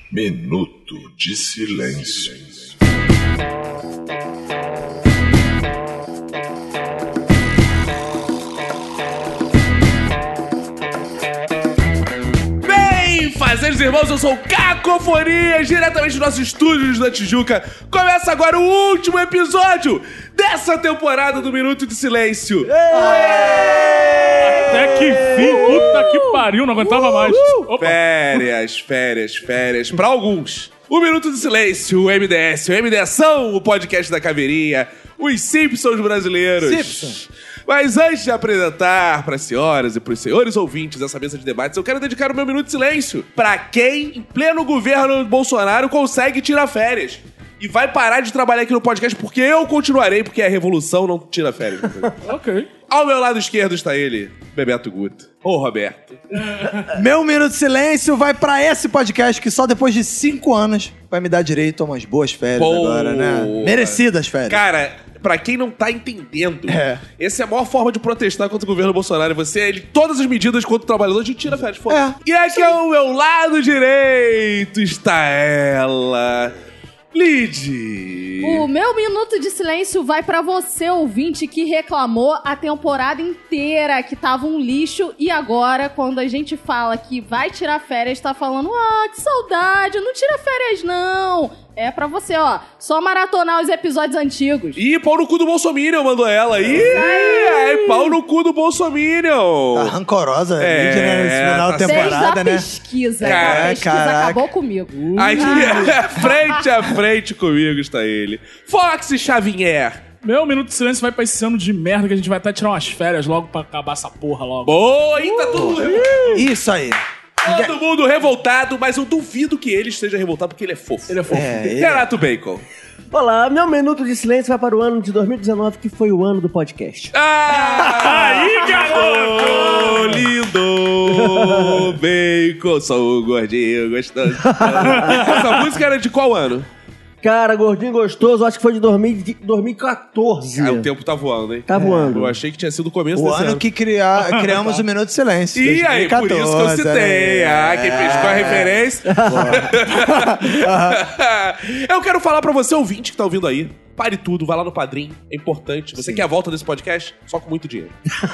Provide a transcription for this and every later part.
Minuto de Silêncio. Bem, fazejos irmãos, eu sou o Cacofonia, diretamente dos nossos estúdios da Tijuca. Começa agora o último episódio dessa temporada do Minuto de Silêncio. Até que fim, puta que pariu, não aguentava mais. Opa. Férias. Pra alguns, o Minuto de Silêncio, o MDS, o MDSão, o podcast da Caveirinha, os Simpsons brasileiros. Simpsons. Mas antes de apresentar para as senhoras e para os senhores ouvintes essa mesa de debates, eu quero dedicar o meu Minuto de Silêncio pra quem, em pleno governo Bolsonaro, consegue tirar férias. E vai parar de trabalhar aqui no podcast, porque eu continuarei, porque a revolução não tira férias. Ok. Ao meu lado esquerdo está ele, Bebeto Guto. Ô, Roberto. Meu Minuto de Silêncio vai pra esse podcast que só depois de 5 anos vai me dar direito a umas boas férias agora, né? Merecidas férias. Cara, pra quem não tá entendendo, essa é a maior forma de protestar contra o governo Bolsonaro. Todas as medidas contra o trabalhador, a gente tira férias. E aqui ao meu lado direito está ela, Lid. O meu Minuto de Silêncio vai pra você, ouvinte, que reclamou a temporada inteira que tava um lixo e agora, quando a gente fala que vai tirar férias, tá falando, que saudade, não tira férias não. É pra você, ó, só maratonar os episódios antigos. Ih, pau no cu do Bolsominion, mandou ela. Ih, pau no cu do Bolsominion. Tá rancorosa, né? Nesse final da temporada, né? Pesquisa. A pesquisa acabou comigo. Aqui, frente a frente comigo está ele, Fox Xavier. Meu Minuto de Silêncio vai pra esse ano de merda que a gente vai até tirar umas férias logo pra acabar essa porra logo. Boa, tá tudo... Isso aí. Todo mundo revoltado, mas eu duvido que ele esteja revoltado porque ele é fofo. Ele é fofo. Renato Bacon. Olá, meu Minuto de Silêncio vai para o ano de 2019, que foi o ano do podcast. Aí, garoto! Lindo! Bacon, sou o gordinho gostoso. Essa música era de qual ano? Cara, gordinho gostoso, acho que foi de 2014. O tempo tá voando, hein? Tá voando. Eu achei que tinha sido o começo O desse ano que criamos o Minuto de Silêncio. E aí, por isso que eu citei. Quem pescou a referência. Eu quero falar pra você, ouvinte, que tá ouvindo aí. Pare tudo, vai lá no Padrim, é importante. Você quer a volta desse podcast? Só com muito dinheiro.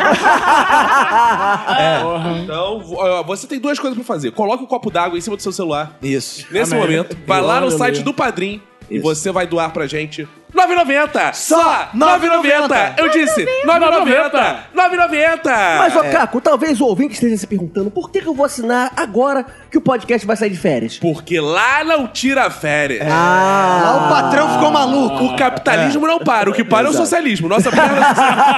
Então, você tem 2 coisas pra fazer. Coloque um copo d'água em cima do seu celular. Isso. Nesse momento, vai lá no site do Padrim e você vai doar pra gente R$9,90. Só R$9,90. Eu disse R$9,90. R$9,90. Mas, ô Caco, talvez o ouvinte esteja se perguntando por que eu vou assinar agora que o podcast vai sair de férias? Porque lá não tira férias. Lá o patrão ficou maluco. O capitalismo não para. O que para é o socialismo. Nossa perna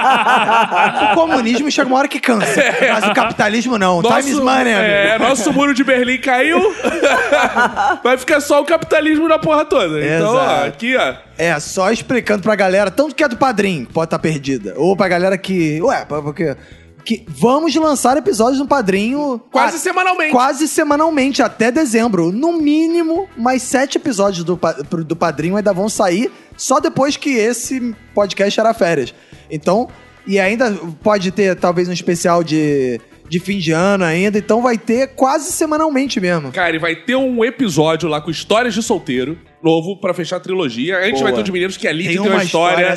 O comunismo chega uma hora que cansa. Mas o capitalismo não. Time is money, amigo. Nosso muro de Berlim caiu. Vai ficar só o capitalismo na porra toda. Então, ó, aqui, ó. Só explicando pra galera, tanto que é do Padrim, pode estar perdida. Ou pra galera que... porque... Que vamos lançar episódios no Padrinho... Quase semanalmente, até dezembro. No mínimo, mais 7 episódios do Padrinho ainda vão sair só depois que esse podcast era férias. Então, e ainda pode ter talvez um especial de fim de ano ainda, então vai ter quase semanalmente mesmo. Cara, e vai ter um episódio lá com histórias de solteiro novo pra fechar a trilogia. Antes vai ter o de Mineiros, que a Lid tem uma história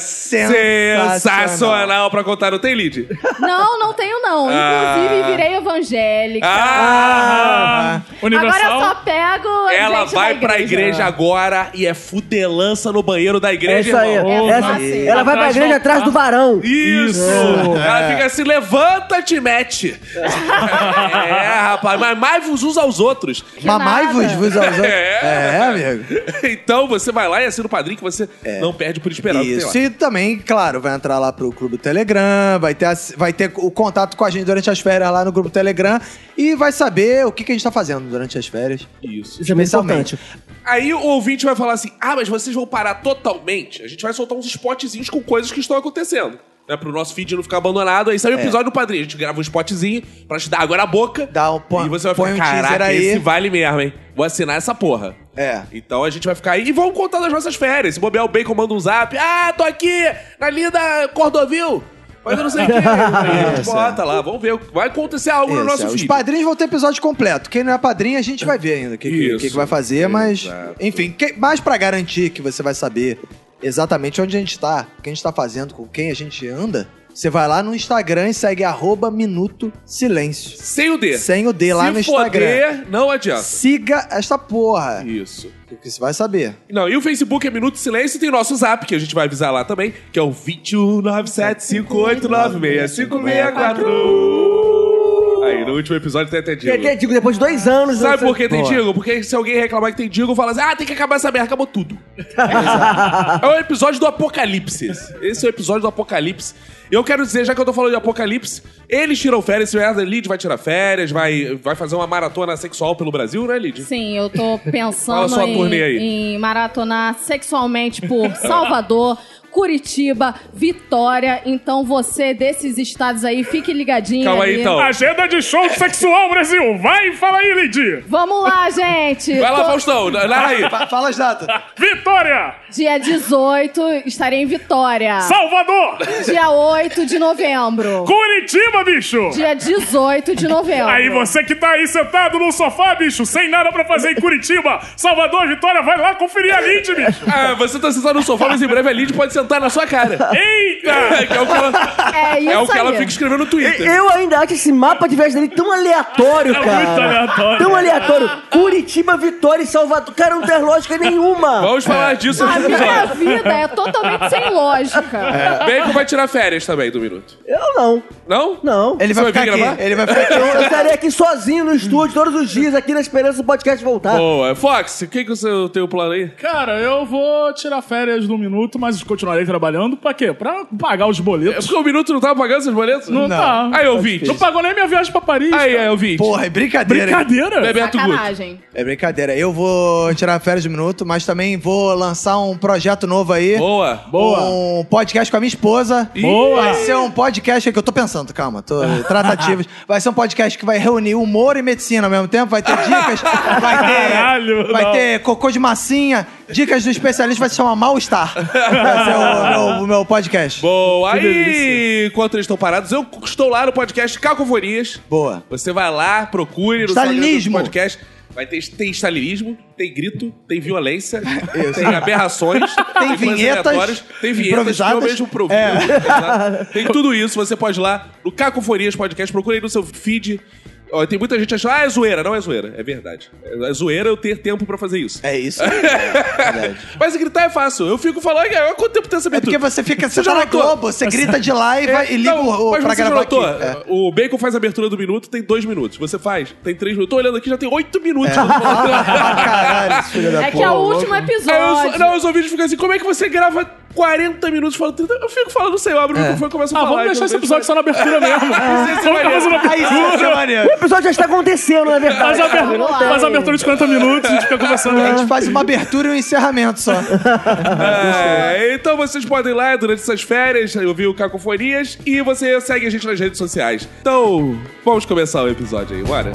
sensacional pra contar. Não tem, Lid? Não tenho não. Inclusive, virei evangélica. Universal. Agora eu só pego Ela gente vai da pra igreja agora e é fudelança no banheiro da igreja, Isso aí. irmão. Ela vai pra igreja atrás do varão. Isso! Ela fica assim, levanta-te e mete. Rapaz, mamai-vos uns aos outros. Mamai-vos aos outros. Amigo. Então você vai lá e assina o Padrim que você não perde por esperar. Isso, e também, claro, vai entrar lá pro grupo Telegram, vai ter o contato com a gente durante as férias lá no grupo Telegram e vai saber o que a gente tá fazendo durante as férias. Isso. Isso é bem importante. Aí o ouvinte vai falar assim, mas vocês vão parar totalmente? A gente vai soltar uns spotzinhos com coisas que estão acontecendo. Né, pro nosso feed não ficar abandonado. Aí sai o episódio do Padrinho. A gente grava um spotzinho pra te dar água na boca. E você vai ficar, caraca, esse vale mesmo, hein? Vou assinar essa porra. Então a gente vai ficar aí e vamos contar das nossas férias. Se bobear o Bacon, manda um zap. Tô aqui na linda Cordovil. Mas eu não sei o que. A gente bota lá, vamos ver. Vai acontecer algo no nosso Os feed. padrinhos vão ter episódio completo. Quem não é padrinho, a gente vai ver ainda o que vai fazer, mas... Exato. Enfim, mais pra garantir que você vai saber exatamente onde a gente tá, o que a gente tá fazendo, com quem a gente anda, você vai lá no Instagram e segue @Minuto Silêncio. Sem o D. Sem o D lá no Se Instagram. foder, não adianta. Siga esta porra. Isso. Que você vai saber. Não, e o Facebook é Minuto Silêncio e tem o nosso Zap, que a gente vai avisar lá também, que é o 21975896564. Aí, no último episódio tem até Tem Digo. Digo depois de 2 anos. Sabe você- por que tem Boa. Digo? Porque se alguém reclamar que tem Digo, fala assim, tem que acabar essa merda, acabou tudo. É o episódio do Apocalipse. Esse é o episódio do Apocalipse. Eu quero dizer, já que eu tô falando de Apocalipse, eles tiram férias, se o Lid vai tirar férias, vai fazer uma maratona sexual pelo Brasil, né, Lid? Sim, eu tô Fala pensando sua turnê aí. em maratonar sexualmente por Salvador, Curitiba, Vitória. Então você, desses estados aí, fique ligadinho. Calma aí, ali. então. Agenda de show sexual, Brasil! Vai, fala aí, Lid! Vamos lá, gente! Vai lá, Faustão, narra aí. Fala as datas. Vitória! Dia 18, estarei em Vitória. Salvador! Dia 8 de novembro. Curitiba, bicho! Dia 18 de novembro. Aí você que tá aí sentado no sofá, bicho, sem nada pra fazer em Curitiba, Salvador, Vitória, vai lá conferir a Lid, bicho! Você tá sentado no sofá, mas em breve a Lid pode sentar na sua cara. Eita! Que é o que ela, É isso é o que ela aí. fica escrevendo no Twitter. Eu ainda acho esse mapa de viagem dele tão aleatório, cara. muito aleatório. Tão aleatório. Curitiba, Vitória e Salvador. Cara, não tem lógica nenhuma. Vamos falar disso no A minha episódio. vida é totalmente sem lógica. Bacon vai tirar férias também do Minuto. Eu não. Não? Não. Ele Você vai vai ficar vir aqui. gravar? Ele vai ficar aqui. Eu estarei aqui sozinho no estúdio todos os dias, aqui na esperança do podcast voltar. Boa. Fox, o que você tem o plano aí? Cara, eu vou tirar férias no Minuto, mas continuarei trabalhando. Pra quê? Pra pagar os É boletos. porque o Minuto não tava pagando seus boletos? Não tá. Aí, ouvinte. Não pagou nem minha viagem pra Paris. Aí, cara. ouvinte. Porra, é brincadeira. hein? Brincadeira? Bebeto Guto. Sacanagem. É brincadeira. Eu vou tirar férias de minuto, mas também vou lançar um projeto novo aí. Boa. Um podcast com a minha esposa. Boa. Vai ser um podcast que eu tô pensando, calma, tô tratativas. Vai ser um podcast que vai reunir humor e medicina ao mesmo tempo. Vai ter dicas, Caralho, vai não. ter cocô de massinha, dicas do especialista, vai se chamar Mal-Estar. Vai ser o meu podcast. Boa. Aí, enquanto eles estão parados, eu estou lá no podcast Cacofonias. Boa. Você vai lá, procure no Stalinismo. podcast. Tem stalinismo, tem grito, tem violência, tem aberrações, Tem coisas vinhetas aleatórias, tem vinhetas improvisadas. que eu mesmo provido. Exato. Tem tudo isso, você pode ir lá no Cacofonias Podcast, procure aí no seu feed. Ó, tem muita gente achando, é zoeira. Não é zoeira, é verdade. É zoeira eu ter tempo pra fazer isso. É isso. É verdade. Mas gritar é fácil. Eu fico falando, há quanto tempo tem essa É abertura? porque você fica. Você já tá na notou? Globo, você grita de lá e, vai, e liga Não, mas pra você já gravar aqui. notou? É. O Bacon faz a abertura do minuto, tem 2 minutos. Você faz, tem 3 minutos. Tô olhando aqui, já tem 8 minutos. Caralho, esse filho da É que é o último Aí episódio. os ouvintes ficam assim, como é que você grava 40 minutos falando 30? Eu fico falando, não sei, eu abro o microfone e começo a falar. Vamos deixar esse episódio só na abertura mesmo. Vamos ficar fazendo Aí sim, isso é maneiro. O episódio já está acontecendo, na verdade. Faz a abertura, Não tem. faz a abertura de 50 minutos, a gente fica conversando. A gente faz uma abertura e um encerramento só. Então vocês podem ir lá durante essas férias, ouvir o Cacofonias e você segue a gente nas redes sociais. Então, vamos começar o episódio aí, bora?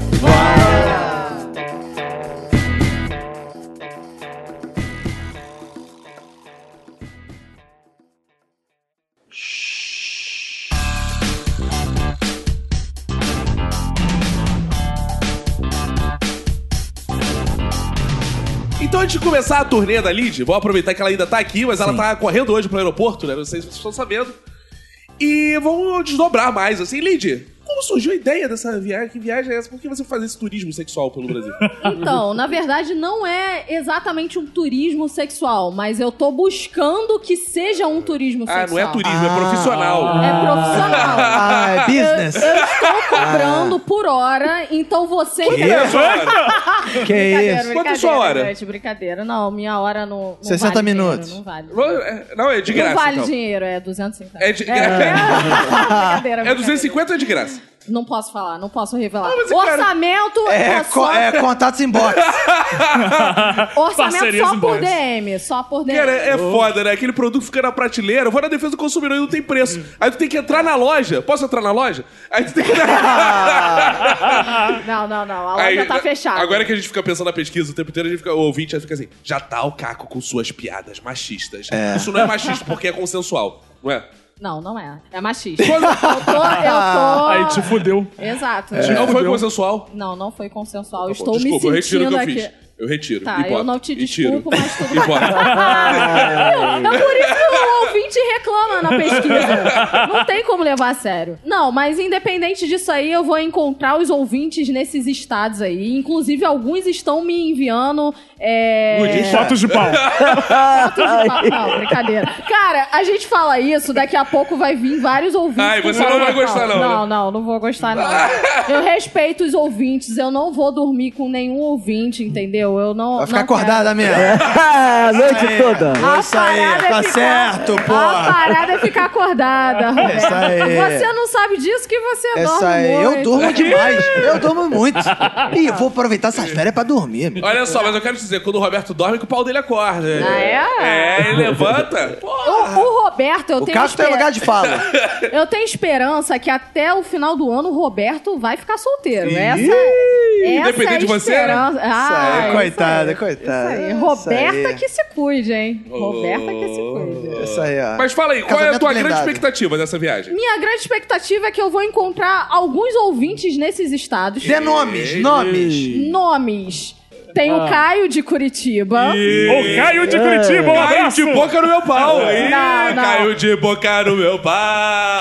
Então, antes de começar a turnê da Lid, vou aproveitar que ela ainda tá aqui, mas ela tá correndo hoje pro aeroporto, né? Não sei se vocês estão sabendo. E vamos desdobrar mais, assim. Lid, como surgiu a ideia dessa viagem? Que viagem é essa? Por que você faz esse turismo sexual pelo Brasil? Então, na verdade, não é exatamente um turismo sexual, mas eu tô buscando que seja um turismo sexual. Não é turismo, é profissional. É profissional. Ah, é business. Eu estou cobrando por hora, então você... Que isso? Quanto é a sua hora? Gente, brincadeira. Não, minha hora não 60 vale minutos. Dinheiro, não vale. Não, é de graça, Não vale então. dinheiro, é 250. É de- Brincadeira, É 250 ou é de graça? Não posso falar, não posso revelar. mas, cara, Orçamento é só... Contatos inbox. Orçamento Parcerias só em por box. DM, só por DM. Cara, é foda, né? Aquele produto fica na prateleira, eu vou na defesa do consumidor e não tem preço. Aí tu tem que entrar na loja. Posso entrar na loja? Aí tu tem que... Não, a loja tá fechada. Agora que a gente fica pensando na pesquisa o tempo inteiro, a gente fica, o ouvinte já fica assim, já tá o Caco com suas piadas machistas. Isso não é machista, porque é consensual, não é? Não, não é. É machista. Eu tô... Aí te fudeu. Exato. Não foi consensual? Não foi consensual. Eu Tá bom, estou desculpa, me sentindo eu retiro o que eu aqui. fiz. Eu retiro. Tá, e eu não te desculpo, tiro. mas tudo E bem. bota. É por isso que o ouvinte reclama na pesquisa. Não tem como levar a sério. Não, mas independente disso aí, eu vou encontrar os ouvintes nesses estados aí. Inclusive, alguns estão me enviando... Fotos de pau. Fotos de pau. Não, brincadeira. Cara, a gente fala isso, daqui a pouco vai vir vários ouvintes. Ai, com você não foto vai de pau. gostar não, né? Não vou gostar não. Eu respeito os ouvintes, eu não vou dormir com nenhum ouvinte, entendeu? Eu não... Vai ficar não quero. acordada mesmo. A noite toda. A Isso aí, parada é tá ficar- certo, A porra. parada é ficar acordada, Roberto. Isso aí. Você não sabe disso que você dorme Essa aí, muito. eu durmo demais. Eu durmo muito. E eu vou aproveitar essas férias pra dormir, amigo. Olha só, mas eu quero te dizer, quando o Roberto dorme, que o pau dele acorda. Ah, é? É, ele levanta. O Roberto, eu O tenho Cássio tem lugar de fala. Eu tenho esperança que até o final do ano o Roberto vai ficar solteiro. Essa Independente é a de você, né? esperança. Ah, Coitada, isso coitada. aí. Isso Roberta aí. que se cuide, hein? Roberta que se cuide. Isso aí, ó. Mas fala aí, qual é a Casamento tua grande blindado. expectativa dessa viagem? Minha grande expectativa é que eu vou encontrar alguns ouvintes nesses estados. Dê nomes. Nomes. Tem o Caio de Curitiba. Ô, Caio de Curitiba, um Caiu abraço. de boca no meu pau. Ih, Não. Caiu de boca no meu pau.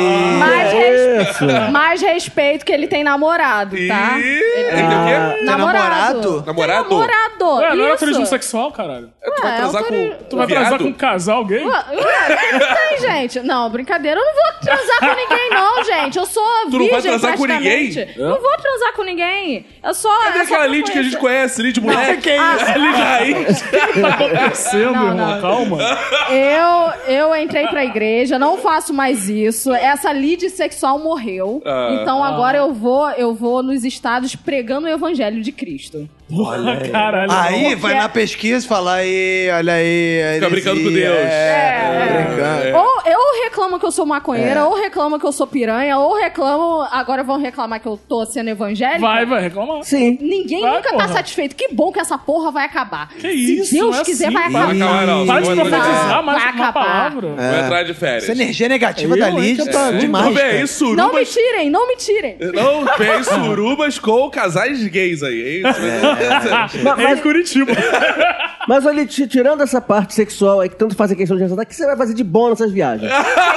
Mais respeito que ele tem namorado, tá? Ele tem o quê? namorado? Namorado? Namorado. Ué, não é Isso. turismo sexual, caralho? Tu vai transar com Tu vai transar com um casal gay? Ué, não tem, gente. Não, brincadeira. Eu não vou transar com ninguém, não, gente. Eu sou Tu não virgem, vai transar com ninguém? praticamente. Não vou transar com ninguém. Eu só... Cadê eu só aquela vou lead que a gente conhecer. conhece, lead moleque? Que isso? Lead raiz. Tá acontecendo, Não, irmão? não. Calma. Eu entrei pra igreja, não faço mais isso. Essa lead sexual morreu. Então agora eu vou nos estados pregando o evangelho de Cristo. Porra, caralho. Aí Não, vai porque- na pesquisa e fala aí, olha aí. Fica brincando com Deus. Brincando. Ou eu reclamo que eu sou maconheira, ou reclamo que eu sou piranha, ou reclamo... Agora vão reclamar que eu tô sendo evangélica. Vai reclamar. Sim. Ninguém Vai, nunca porra. tá satisfeito. Que bom que essa porra vai acabar. Que isso, Se Deus não é quiser, assim. vai Não acabar. vai acabar, não. Para de Não vai entrar- profetizar mais vai uma acabar. palavra. Vou entrar de férias. Essa energia negativa da Lid tá demais. Vamos ver cara. aí, Não me surubas... tirem, não me tirem. Não, tem surubas com casais gays aí. É isso? É em Curitiba. Mas olha, tirando essa parte sexual aí que tanto faz a questão de ressaltar, o que você vai fazer de bom nessas viagens?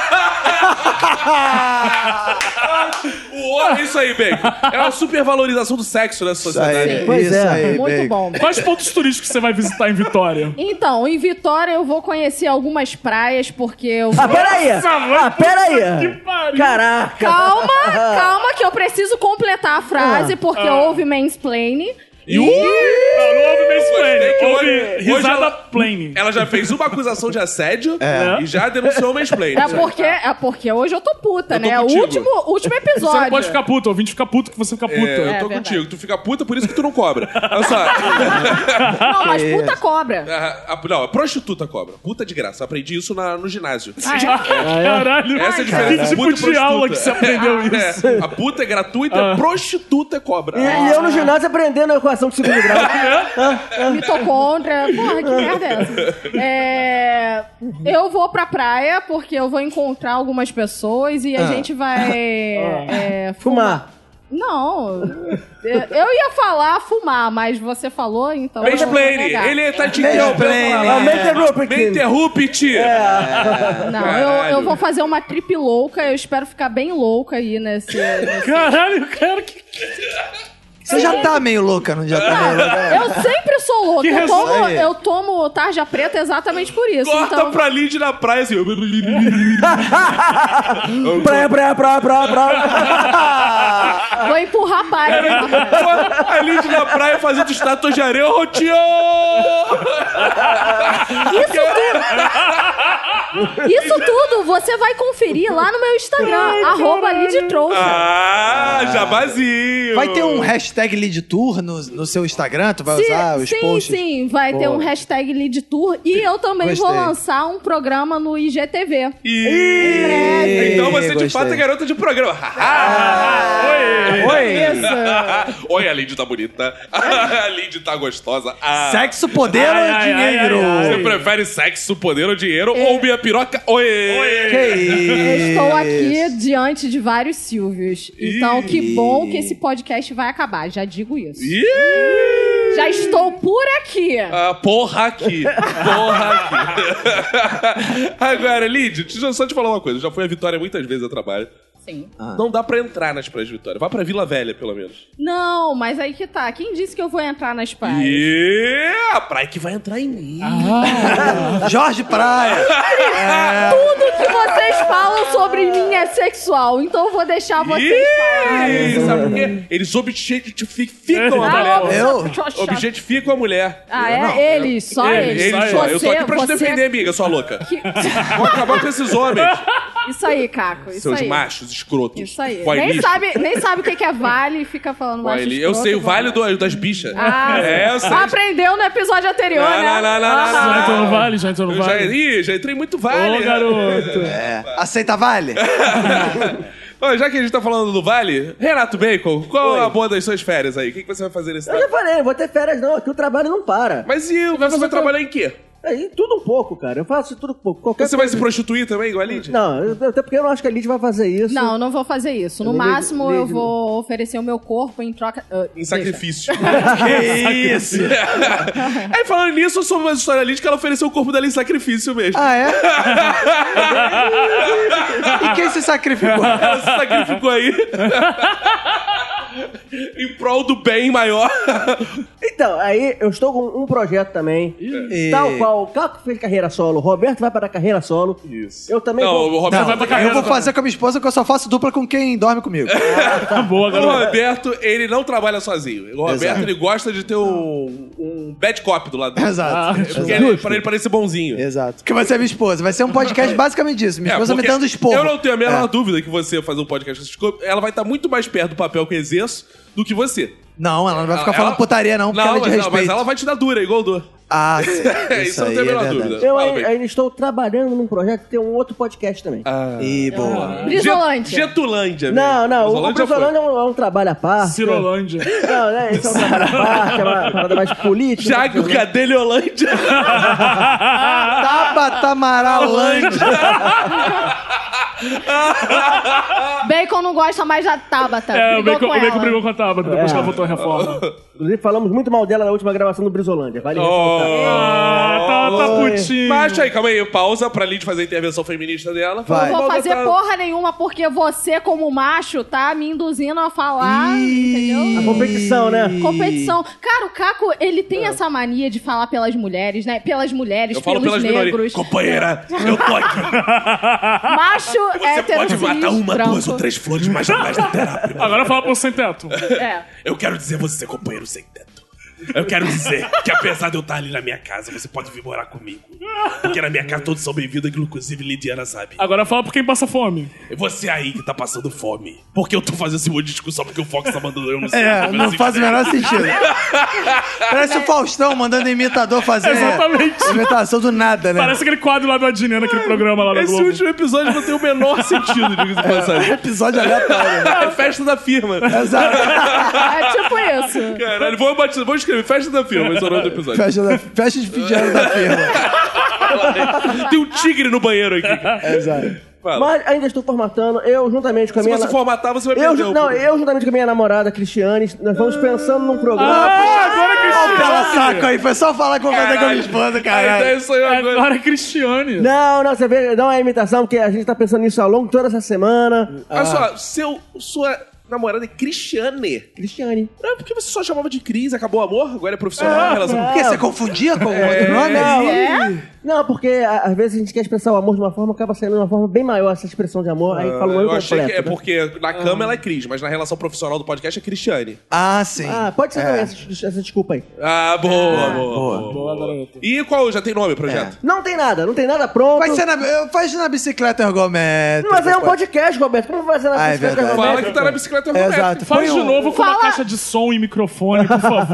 Isso aí, Bacon. É uma supervalorização do sexo nessa Isso aí, sociedade. Pois isso é. aí, Muito Bacon. bom. Quais pontos turísticos você vai visitar em Vitória? Então, em Vitória eu vou conhecer algumas praias, porque eu vou... Peraí! Nossa, mãe, puta Peraí! que pariu. Caraca! Calma, que eu preciso completar a frase, porque houve mansplaining. E o... Não houve mansplaining. que Houve hoje risada ela- plane. Ela já fez uma acusação de assédio e já denunciou o mansplaining. É porque hoje eu tô puta, Eu tô né? O contigo. último episódio. Você não pode ficar puto, o ouvinte fica puto que você fica puto. Eu tô verdade. contigo. Tu fica puta, por isso que tu não cobra. Olha só. Não, mas puta cobra. Não, a prostituta cobra. Puta de graça. Eu aprendi isso no ginásio. Caralho. Essa é a diferença Que de tipo puta e de aula que prostituta. você aprendeu isso? É, a puta é gratuita, prostituta é cobra. E eu no ginásio aprendendo a equação de segundo grau. Mitocôndria. Porra, que merda é essa? Eu vou pra praia porque eu vou encontrar algumas pessoas e a gente vai... Fumar. Não. Eu ia falar fumar, mas você falou, então... eu vou Mansplaining. negar. Ele tá te Mansplaining. interrompendo. Me interrupte. Não, eu vou fazer uma trip louca. Eu espero ficar bem louca aí nesse... Caralho, cara, que... Você já tá meio louca, não já tá meio louca? Eu sempre sou louca. Que Eu tomo tarja preta exatamente por isso. Corta então... pra Lid na praia assim. Vou empurrar a palha. A Lid na praia fazendo estátuas de areia. Isso tudo você vai conferir lá no meu Instagram, @lidtrouxa. Jabazinho. Vai ter um hashtag Lead Tour no seu Instagram? Tu vai usar os posts? Sim, vai ter um hashtag Lead Tour. E eu também vou Gostei. lançar um programa no IGTV. Ih, então você de Gostei. fato é garota de programa. Isso. Oi, a Lid tá bonita. A Lid tá gostosa. Sexo Sexo, poder ou dinheiro? Você prefere sexo, poder ou dinheiro? Ou minha piroca? Oi! Que isso? Eu estou aqui diante de vários Silvios. Então, que bom que esse podcast vai acabar. Já digo isso. Já estou por aqui. Porra aqui. Agora, Lid, deixa eu só te falar uma coisa. Eu já fui a Vitória muitas vezes a trabalho. Sim. Não dá pra entrar nas praias de Vitória. Vai pra Vila Velha, pelo menos. Não, mas aí que tá. Quem disse que eu vou entrar nas praias? A praia que vai entrar em mim. Jorge Praia. Tudo que vocês falam sobre mim é sexual. Então eu vou deixar vocês falarem. Sabe por quê? Eles objetificam a mulher. Objetificam a mulher. Eles, só eles. Eu tô aqui pra te defender, amiga, sua louca. Vou acabar com esses homens. Isso aí, Caco. Isso Seus aí. machos escrotos. Isso aí. Coelho. Nem sabe o que é vale e fica falando macho escroto. Eu sei o vale das bichas. Eu sei. Aprendeu no episódio anterior, né? Já entrou no vale? Já entrou no vale? Já entrei muito vale. Ô, garoto. Aceita vale? Bom, já que a gente tá falando do vale, Renato Bacon, qual a boa das suas férias aí? O que você vai fazer nesse Eu já falei, não vou ter férias não, aqui o trabalho não para. Mas você vai trabalhar em quê? Aí, tudo um pouco, cara. Eu faço tudo um pouco. Você vai se prostituir também, igual a Lid? Não, até porque eu não acho que a Lid vai fazer isso. Não vou fazer isso. No máximo, eu vou oferecer o meu corpo em troca... Em sacrifício. Que isso? Aí, falando nisso, eu soube uma história Lid que ela ofereceu o corpo dela em sacrifício mesmo. Ah, é? E quem se sacrificou? Ela se sacrificou aí. Em prol do bem maior. Então, aí eu estou com um projeto também. Tal qual o Caco fez carreira solo, o Roberto vai para a carreira solo. Isso. Eu também Não, vou... o Roberto vai pra carreira. Eu vou fazer com a minha esposa que eu só faço dupla com quem dorme comigo. Boa, O garoto. Roberto, ele não trabalha sozinho. O Roberto, Exato. ele gosta de ter um bad cop do lado dele. Exato. Porque pra ele parecer bonzinho. Exato. Que vai ser minha esposa. Vai ser um podcast basicamente disso. Minha esposa me porque dando esporro. Eu não tenho a menor dúvida que você fazer um podcast com essas coisas, ela vai estar muito mais perto do papel que eu exerço do que você. Não, ela não vai ficar falando putaria, não, porque ela é de respeito. Mas ela vai te dar dura, igual o Du. Ah, sim. Isso eu não tenho a menor dúvida. Eu Fala, bem. ainda estou trabalhando num projeto que tem um outro podcast também. Ih, boa. Brisolândia. Getulândia. Não, velho. o Brisolândia é um trabalho à parte. Cirolândia. Não, né? Isso é um trabalho à parte, é uma parada mais política. Jago Cadeliolândia. Tabata Maralândia. Bacon não gosta mais da Tabata. O Bacon brigou com a Tabata depois que ela botou a reforma. Inclusive, falamos muito mal dela na última gravação do Brisolândia. Vale ressaltar. Tá putinho. Mas aí, calma aí, pausa pra Lid fazer a intervenção feminista dela. Vai. Não vou fazer porra nenhuma porque você, como macho, tá me induzindo a falar, entendeu? A competição, né? Competição. Cara, o Caco, ele tem essa mania de falar pelas mulheres, né? Pelas mulheres, Eu falo pelos pelas minorias. negros. Companheira, eu tô aqui. Macho, Você hétero, pode matar cis, uma, branco. 2 ou 3 flores, mas jamais na terapia. Agora fala pro sem teto. É. Eu quero dizer você, companheiro sem teto. Eu quero dizer que apesar de eu estar ali na minha casa, você pode vir morar comigo. Porque na minha casa todos são bem-vindos, inclusive Lidiana sabe. Agora fala por quem passa fome. É você aí que tá passando fome. Porque eu tô fazendo esse monte de discussão porque o Fox tá mandando eu não sei. Não faz o menor sentido. Parece o Faustão mandando imitador fazer Exatamente. imitação do nada, né? Parece aquele quadro lá do Adnet, naquele programa lá da Esse Globo. último episódio não tem o menor sentido, diga-se de passagem. Episódio aleatório. É festa da firma. Exato. É tipo isso. Caralho, vou escrever festa da firma, esse é o nome do episódio. Festa de fim de ano da firma. Tem um tigre no banheiro aqui. Exato. Fala. Mas ainda estou formatando, eu juntamente com a Se minha... você formatar, você vai perder eu juntamente com a minha namorada, Cristiane, nós vamos pensando num programa... Agora Olha o pela Cristiane. saco aí. Foi só falar que eu vou fazer com a minha esposa, Aí, caralho. isso aí agora. Agora Cristiane. Não, você vê, não é imitação, porque a gente tá pensando nisso ao longo de toda essa semana. Olha só, sua namorada é Cristiane. Cristiane. Não, porque você só chamava de Cris, acabou o amor, agora é profissional, relação. não. Por quê? Você confundia com o outro nome? Não, porque às vezes a gente quer expressar o amor de uma forma, acaba saindo de uma forma bem maior essa expressão de amor, aí fala um Eu eu achei completo. que é né? porque na cama ela é Cris, mas na relação profissional do podcast é Cristiane. Ah, sim. Ah, pode ser também essa desculpa aí. Ah, boa. Boa, garoto. E qual já tem nome o projeto? Não tem nada pronto. Vai ser faz na bicicleta ergométrica. Mas é um podcast, Roberto. Como vai ser na Ah, é bicicleta verdade. Fala ergométrica? que tá na bicicleta ergométrica. Exato. Faz de novo com uma Fala. caixa de som e microfone, por favor.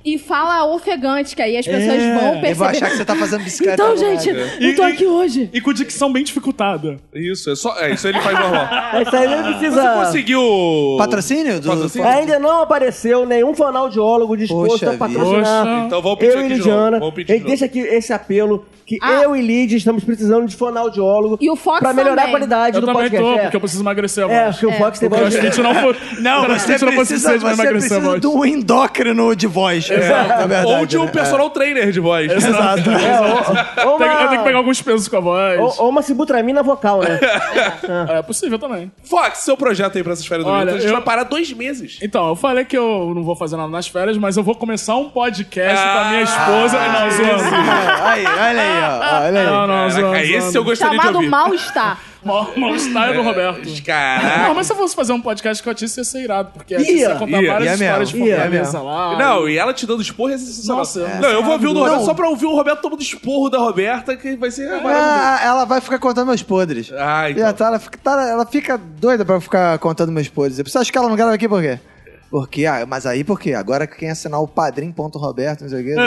E fala ofegante, que aí as pessoas vão Eu perceber. vou achar que você tá fazendo bicicleta. Então, no gente, lugar. eu tô aqui hoje. E com dicção bem dificultada. Isso, isso ele faz normal. Isso aí não Você precisa... conseguiu... Patrocínio? Ainda não apareceu nenhum fonoaudiólogo disposto Poxa a patrocinar. vida. Então vamos pedir Eu e aqui de Lidiana. novo. Vamos pedir A de gente novo. deixa aqui esse apelo que eu e Lid estamos precisando de fonoaudiólogo E o Fox pra melhorar também. a qualidade Eu do também podcast. tô, porque eu preciso emagrecer a É, voz. porque o Fox tem O voz... CrossFit não foi... Não, o CrossFit não foi suficiente pra emagrecer a voz. de um endócrino de voz. Na verdade, Ou de um né? personal trainer de voz. Exato. Ou Eu tenho que uma, pegar alguns pesos com a voz. ou uma sibutramina vocal, né? É possível também. Fox, seu projeto aí pra essas férias do Olha, Milton. A gente eu- vai parar 2 meses. Então, eu falei que eu não vou fazer nada nas férias, mas eu vou começar um podcast com a minha esposa. Não, zoando. Aí, olha aí, ó. Olha aí. Não, Caraca, zoando. esse eu gostaria de Chamado ouvir. Mal-Estar. Mal-estar do Roberto. Caraca. Não, mas se eu fosse fazer um podcast com a Tícia, ia ser irado, porque a Ia, Tícia ia contar ia, várias ia histórias de mesmo, ia Fortaleza lá. Não, e ela te dando esporro é sensacional. Nossa, não, eu vou ouvir o do Roberto Não. só pra ouvir o Roberto tomando esporro da Roberta, que vai ser maravilhoso. Ela vai ficar contando meus podres. Ah, então. Já tá, ela fica doida pra ficar contando meus podres. Você acha que ela não grava aqui por quê? Porque, mas aí por quê? Agora quem assinar o padrim.roberto, não sei o quê.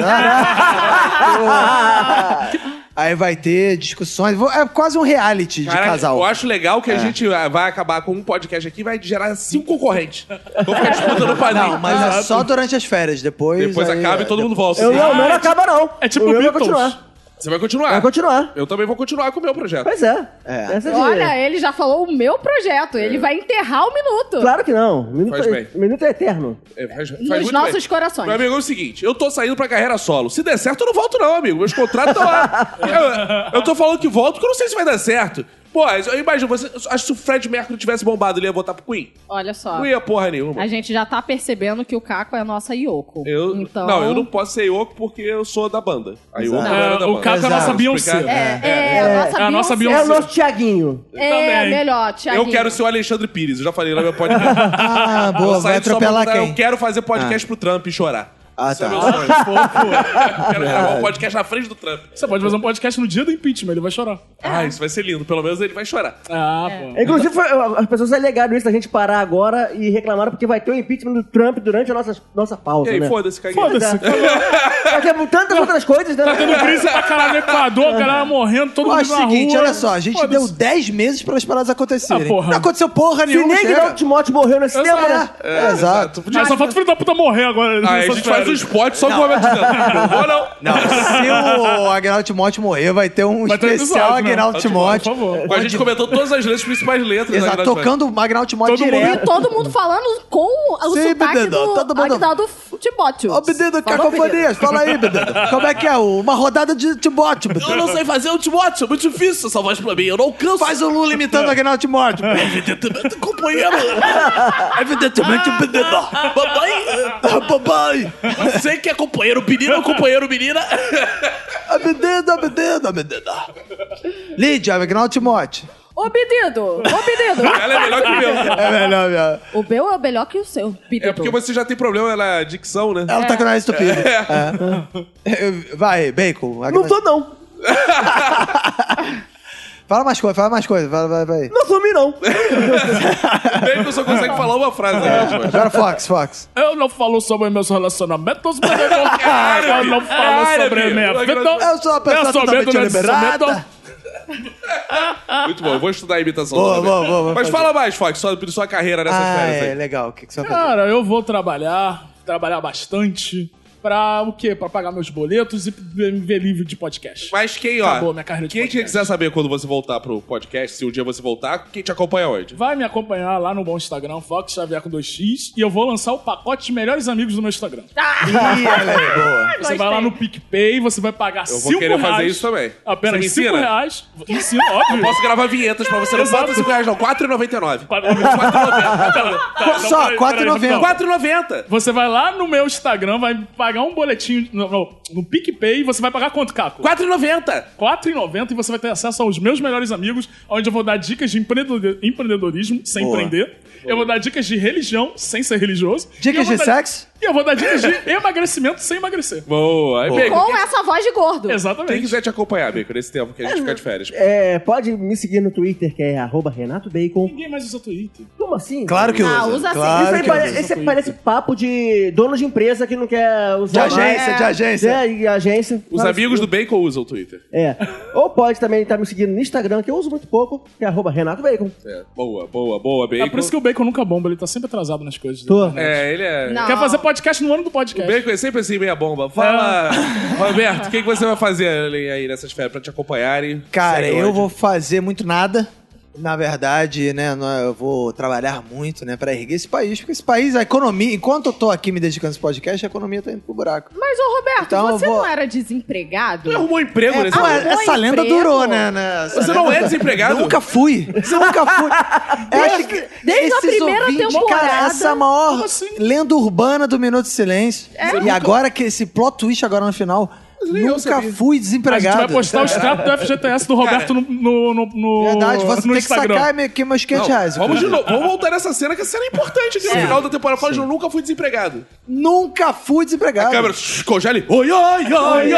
Aí vai ter discussões. É quase um reality de Caraca, casal. eu acho legal que a gente vai acabar com um podcast aqui e vai gerar 5 concorrentes. Vou ficar disputando o padrinho. Não, mas é só durante as férias. Depois Acaba e todo mundo volta. O meu não acaba, não. É tipo o meu vai Beatles. continuar. Você vai continuar? Vai continuar. Eu também vou continuar com o meu projeto. Pois é. Essa Olha, ele já falou o meu projeto. Ele vai enterrar o minuto. Claro que não. Minuto, Faz bem. minuto é eterno. Faz Nos muito nossos bem. corações. Meu amigo, é o seguinte, eu tô saindo pra carreira solo. Se der certo, eu não volto não, amigo. Meus contratos estão lá. Eu tô falando que volto, porque eu não sei se vai dar certo. Pô, eu imagino, acho que se o Fred Mercury tivesse bombado, ele ia votar pro Queen? Olha só. Não ia porra nenhuma. A gente já tá percebendo que o Caco é a nossa Yoko. Então... Não, eu não posso ser Yoko porque eu sou da banda. A Yoko Exato. não era da O banda. Caco é a nossa Exato. Beyoncé. a nossa a nossa Beyoncé. É o Beyoncé. nosso Tiaguinho. Também. Melhor, Thiaguinho. Eu quero ser o Alexandre Pires, eu já falei no meu podcast. Ah, boa, Eu vai saí só pra atropelar mudar, quem? Eu quero fazer podcast pro Trump e chorar. Ah, Esse é tá. meu sonho. Eu quero gravar um podcast na frente do Trump. Você pode fazer um podcast no dia do impeachment, ele vai chorar. Ah, isso vai ser lindo. Pelo menos ele vai chorar. Pô. Inclusive, as pessoas alegaram isso, a gente parar agora e reclamaram porque vai ter o impeachment do Trump durante a nossa pausa, E aí, né? foda-se, caguei. Foda-se. Vai ter tantas outras coisas, né? Tá tendo crise pra caralho no Equador, a galera morrendo, todo Eu mundo acho o na seguinte, rua. olha só, a gente Foda-se. deu 10 meses para as paradas acontecerem. Ah, porra. Não aconteceu porra Se nenhuma, nem chega. Guilherme Timóteo morreu nesse tempo, né? Exato. Ah, só falta o filho da puta morrer agora. Aí a nessas gente faz um férias. spot só com o Roberto dizendo. Não vou, não. Não, se o Agnaldo Timóteo morrer, vai ter um Vai ter um especial episódio, né? Agnaldo Timóteo. Por favor. Com a gente comentou todas as principais letras. Exato, da tocando o Agnaldo Timóteo Todo mundo- direto. E todo mundo falando com o Sim, sotaque menino, do todo mundo- Agnaldo Timóteo. Ô, menino, Falou, cacofonias, fala aí, menino. Como é que é? Uma rodada de Timóteo, menino. Eu não sei fazer o Timóteo, é muito difícil essa voz pra mim, eu não canso. Faz o Lula imitando o Agnaldo Timóteo. Evidentemente, companheiro. Evidentemente, menino. Papai. Você que é companheiro menino ou companheiro menina? A menina. Lídia, Agnaldo Timóteo. Ô, pedido! Ela é melhor que o meu. É melhor, minha. O meu é melhor que o seu, pedido. É porque você já tem problema na dicção, né? Ela tá com o nariz estupido. Vai, Bacon. Não tô, não. Fala mais coisa. Vai. Não sumi, não. Bem que só consegue falar uma frase. Né, Agora Fox. Eu não falo sobre meus relacionamentos, mas eu não falo sobre minha vida. Eu sou uma pessoa totalmente liberada. Muito bom, eu vou estudar a imitação. Boa, também. boa, Mas fala mais, Fox, sua carreira nessas férias aí. legal. O que você vai fazer? Cara, eu vou trabalhar bastante. Pra o quê? Pra pagar meus boletos e ver livro de podcast. Mas quem, Acabou a minha carreira de quem podcast. quiser saber quando você voltar pro podcast, se um dia você voltar, quem te acompanha onde? Vai me acompanhar lá no bom Instagram, Fox Xavier com 2x, e eu vou lançar o pacote de melhores amigos do meu Instagram. Ih, ela é boa. Você vai lá no PicPay, você vai pagar Eu 5 vou querer reais. fazer isso também. Apenas Você me 5 ensina? reais. Ensino, óbvio. Posso gravar vinhetas pra você, não Exato. bota 5 reais não, R$4,99. Só R$4,90. R$4,90. Você vai lá no meu Instagram, vai pagar um boletim no PicPay, você vai pagar quanto, Caco? R$4,90. R$4,90 e você vai ter acesso aos meus melhores amigos, onde eu vou dar dicas de empreendedorismo sem Boa. empreender. Eu vou dar dicas de religião sem ser religioso. Dicas E eu de vou dar- sexo? E eu vou dar dicas de emagrecimento sem emagrecer. Boa. Aí, Bacon, Com essa voz de gordo. Exatamente. quem quiser te acompanhar, Bacon, nesse tempo que a gente fica de férias. Pode me seguir no Twitter, que é @RenatoBacon. Ninguém mais usa Twitter. Como assim? Claro que usa. usa sim. Claro Isso que aí usa. esse parece papo de dono de empresa que não quer usar De agência, de agência. de agência. Os amigos do Bacon usam o Twitter. Ou pode também estar me seguindo no Instagram, que eu uso muito pouco, que é @RenatoBacon. Boa, Bacon. É por isso que o Bacon nunca bomba, ele tá sempre atrasado nas coisas. Tô. Ele é... Não. Quer fazer podcast no ano do O podcast. Bacon é sempre assim, meia bomba. Fala, Roberto, o que você vai fazer aí nessas férias pra te acompanharem? Cara, Segue eu onde? vou fazer muito nada. Na verdade, né, eu vou trabalhar muito, né, pra erguer esse país. Porque esse país, a economia, enquanto eu tô aqui me dedicando a esse podcast, a economia tá indo pro buraco. Mas, ô Roberto, Então eu você vou- não era desempregado? Você arrumou emprego nesse Pô, momento? essa lenda emprego? durou, né? Essa Você não lenda- é desempregado? Nunca fui. Você nunca fui. Eu acho que desde a esses primeira ouvintes, temporada. Cara, essa é a maior Como assim? lenda urbana do Minuto de Silêncio. E agora que esse plot twist agora no final, nem eu nunca sabia. fui A gente desempregado. vai postar o extrato do FGTS do Roberto no Verdade, você no tem que Instagram. sacar aqui meus 500 reais. Vamos de novo. Vamos voltar nessa cena, que a cena é importante aqui no final da temporada. Fala, eu nunca fui desempregado. Nunca fui desempregado. Câmera, congele. Oi, oi, oi,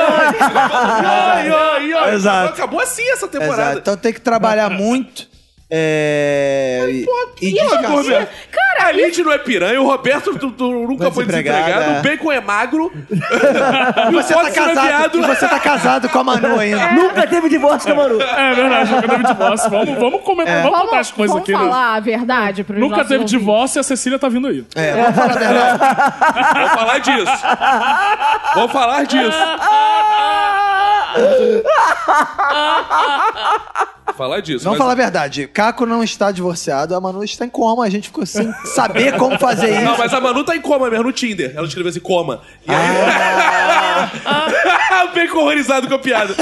oi. Exato. Acabou assim essa temporada. Exato. Então tem que trabalhar muito. E descansar. Cara, a Lid não é piranha, o Roberto tu nunca foi desempregado, o Bacon é magro, E você tá casado, e você tá casado com a Manu ainda. Nunca teve divórcio com a Manu. É verdade, nunca teve divórcio. Vamos comentar, vamos contar as coisas vamos aqui. Né? falar a verdade pros Nunca nossos teve ouvintes. divórcio e a Cecília tá vindo aí. Vamos falar a verdade. Vamos falar disso. Vamos falar disso. Falar disso. Vamos falar a verdade. Caco não está divorciado, a Manu está em coma. A gente ficou sem saber como fazer isso. Não, mas a Manu tá em coma mesmo, no Tinder. Ela escreveu assim, coma. E aí... O Bacon horrorizado com a piada.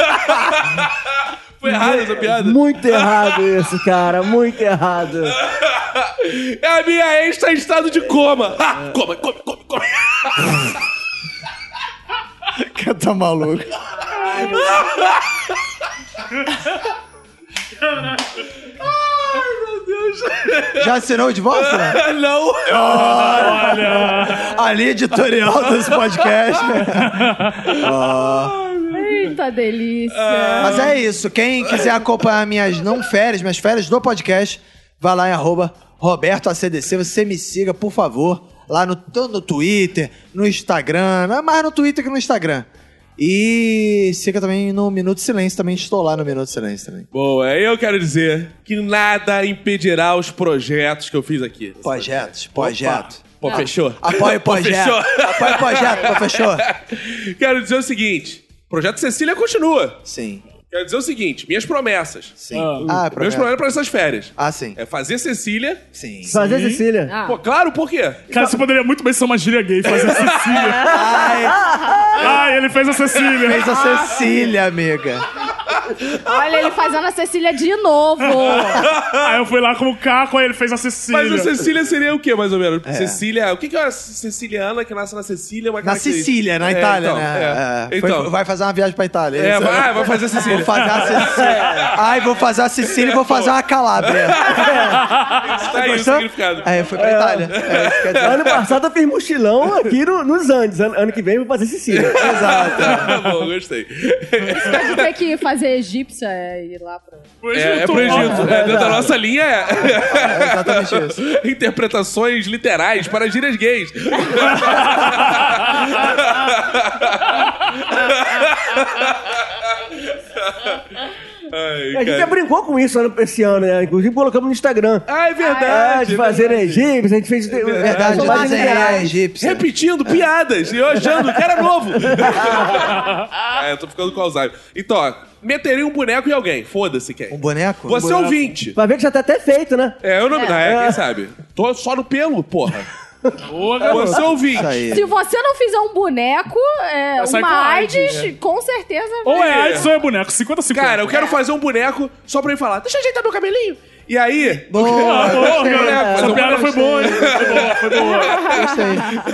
Foi errado essa piada? Muito errado isso, cara. Muito errado. A minha ex tá em estado de coma. Come. Que tá maluco. Já assinou o divórcio? Né? Não. Ali, editorial desse podcast. Eita delícia. Mas é isso. Quem quiser acompanhar minhas férias do podcast, vai lá em @RobertoACDC. Você me siga, por favor. Lá no Twitter, no Instagram. Mais no Twitter que no Instagram. E siga também no Minuto de Silêncio. Também estou lá no Minuto de Silêncio também. Boa, eu quero dizer que nada impedirá os projetos que eu fiz aqui. Projeto. Pô, fechou? Apoie o projeto. Fechou. Apoie o projeto, pô, fechou? Quero dizer o seguinte, o Projeto Cecília continua. Sim. Quero dizer o seguinte, minhas promessas. Sim. Meus projeto. promessas para essas férias. Sim. É fazer Cecília. Sim. Fazer Cecília. Pô, claro, por quê? Cara, você poderia muito bem ser uma gíria gay e fazer a Cecília. Ai, ele fez a Cecília. Fez a Cecília, amiga. Olha, ele fazendo a Cecília de novo. Aí eu fui lá como Caco, aí ele fez a Cecília. Mas a Cecília seria o quê, mais ou menos? Cecília... O que é uma siciliana que nasce na Sicília? Uma Na Sicília, na Itália, então, né? Então, Vai fazer uma viagem pra Itália. isso. vai fazer a Sicília. Vou fazer a Sicília. Ai, vou fazer a Sicília e vou fazer uma Calábria. Tá aí o Gostou? significado. Aí foi pra Itália. Isso quer dizer. Ano passado eu fiz mochilão aqui nos Andes. Ano que vem eu vou fazer Sicília. Exato. Tá bom, gostei. Quer dizer que fazer egípcia é ir lá pra... É pro Egito. Dentro da nossa linha É exatamente isso. interpretações literais para gírias gays. Ai, A gente cara. já brincou com isso esse ano, né? Inclusive colocamos no Instagram. Ah, é verdade. de fazer egípcio, a gente fez... Verdade, mais desenhar literais. egípcia. Repetindo piadas e eu achando que era novo. Eu tô ficando com Alzheimer. Então, ó, meteria um boneco em alguém. Foda-se quem. Um boneco? Você ouvinte. Vai ver que já tá até feito, né? Eu não... quem sabe? Tô só no pelo, porra. Boa, garoto. Você ouvinte. Isso aí. Se você não fizer um boneco, sair uma com AIDS, AIDS, com certeza... Ou é AIDS ou é boneco, 50-50. Cara, eu quero fazer um boneco só pra ele falar, deixa eu ajeitar meu cabelinho. E aí... Ah, boa, Gostei. garoto. Essa piada foi boa, hein? Foi boa. Gostei.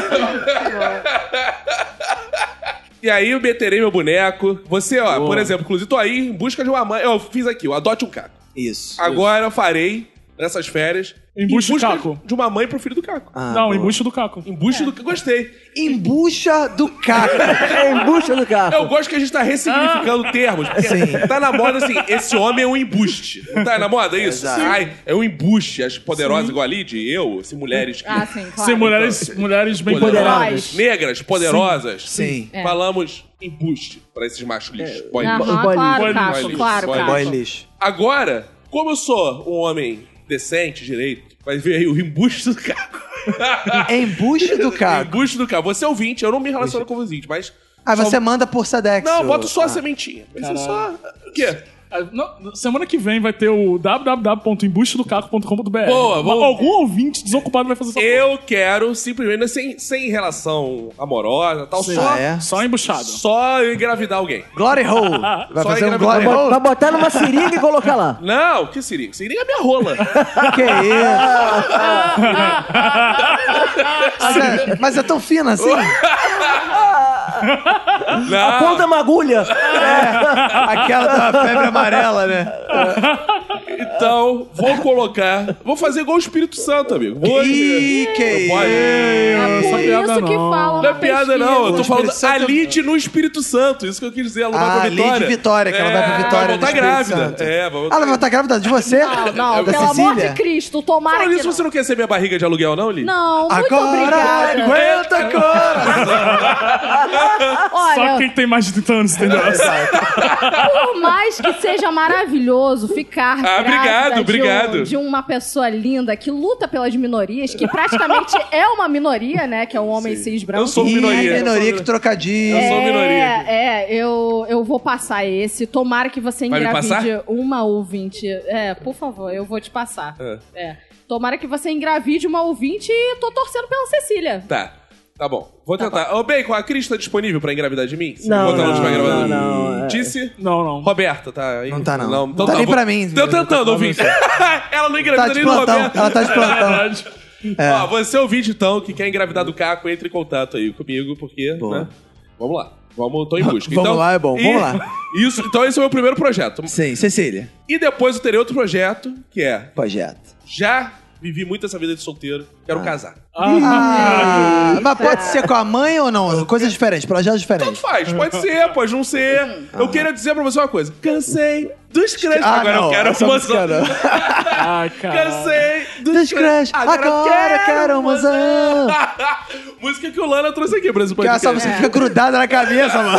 E aí eu meterei meu boneco. Você, ó, por exemplo, inclusive, tô aí em busca de uma mãe. Eu fiz aqui, o Adote um Caco. Isso. Agora eu farei, nessas férias, Embuste do Caco. de uma mãe pro filho do Caco. Não, embuste do Caco. Embuste do Caco. Gostei. Embucha do Caco. É embuste do carro. Eu gosto que a gente tá ressignificando termos. Porque Sim. tá na moda assim, esse homem é um embuste. Não tá na moda isso? Exato. Ai, é um embuste. As poderosas igual ali, de eu, se mulheres que... Ah, sim, claro. Ser mulheres bem Poderosas. empoderadas. Negras, poderosas. Sim. É. Falamos embuste pra esses machos lixos. Boy Aham, lixo. boy claro, lixo. Caco, Boy lixo. claro, Boy Caco. Boy lixo. Agora, como eu sou um homem decente, direito, vai ver aí o embuste do Caco. Embuste do Caco. Embuste do Caco. Você é ouvinte, eu não me relaciono com ouvinte, mas... Ah, só- você manda por Sedex. Não, boto só a Ah. sementinha. Isso é só... O quê? Semana que vem vai ter o www.embustedocaco.com.br. Boa, vamos- Algum ouvinte desocupado vai fazer essa Eu quero simplesmente, sem relação amorosa tal, só, Ah, é? Só embuchado. só engravidar alguém. Glory Hole. Vai Só fazer um engravidar. Glory Hole? Vai botar numa seringa e colocar lá. Não, que seringa? Seringa é minha rola. Que isso? Mas é tão fina assim? Não. Aponta uma agulha. Aquela da febre amarela, né? Então, vou fazer igual o Espírito Santo, amigo. Ih, que Pode. É por Essa piada isso que não. falam Não é na piada, não. Eu tô pesquisa. falando Espírito Santo- Alite no Espírito Santo. Isso que eu quis dizer. Ela não vai pra Ali Vitória. de Vitória, que ela vai pra Vitória. Vai voltar do Espírito grávida. Santo. É, vai Ah, ela vai estar grávida de você? Não, Da pelo amor Cecília? de Cristo, tomara Falando que isso, não. você não quer ser minha barriga de aluguel, não, Li? Não, muito Agora obrigada. aguenta agora! Só Olha, quem tem mais de 30 anos, entendeu? por mais que seja maravilhoso ficar grávida obrigado. De uma pessoa linda que luta pelas minorias, que praticamente é uma minoria, né? Que é um homem cis branco. Eu sou Ih, minoria. minoria, que trocadilho. Eu sou minoria. Eu vou passar esse. Tomara que você Vai me engravide uma ouvinte. Por favor, eu vou te passar. Tomara que você engravide uma ouvinte e tô torcendo pela Cecília. Tá bom. Vou tentar. Ô, Bacon, a Cris tá disponível pra engravidar de mim? Se Não, botar a última não, gravadora. não. Disse? Não. Roberta, tá aí? Não tá, não. Então Não tá nem vou- pra mim. Tô tentando, ouvinte. Ela não engravida Tá de nem do plantão. Roberto. Ela tá de plantão. Verdade. Ó, você ouvinte, então, que quer engravidar do Caco, entre em contato aí comigo, porque, Boa. né? Vamos lá. Tô em busca. Vamos lá, é bom. Vamos lá. Então esse é o meu primeiro projeto. Sim, Cecília. E depois eu terei outro projeto, que é... Projeto. Já vivi muito essa vida de solteiro, quero casar. Mas pode ser com a mãe ou não? Coisas diferentes, projetos Tanto diferentes. faz, pode ser, pode não ser. Eu queria dizer pra você uma coisa. Cansei dos crushes. Agora eu quero essa uma música não. Ai, cara. Cansei Dos crush, agora eu quero um mozão. Música que o Lana trouxe aqui pra esse Porque essa podcast. música fica grudada na cabeça, mano.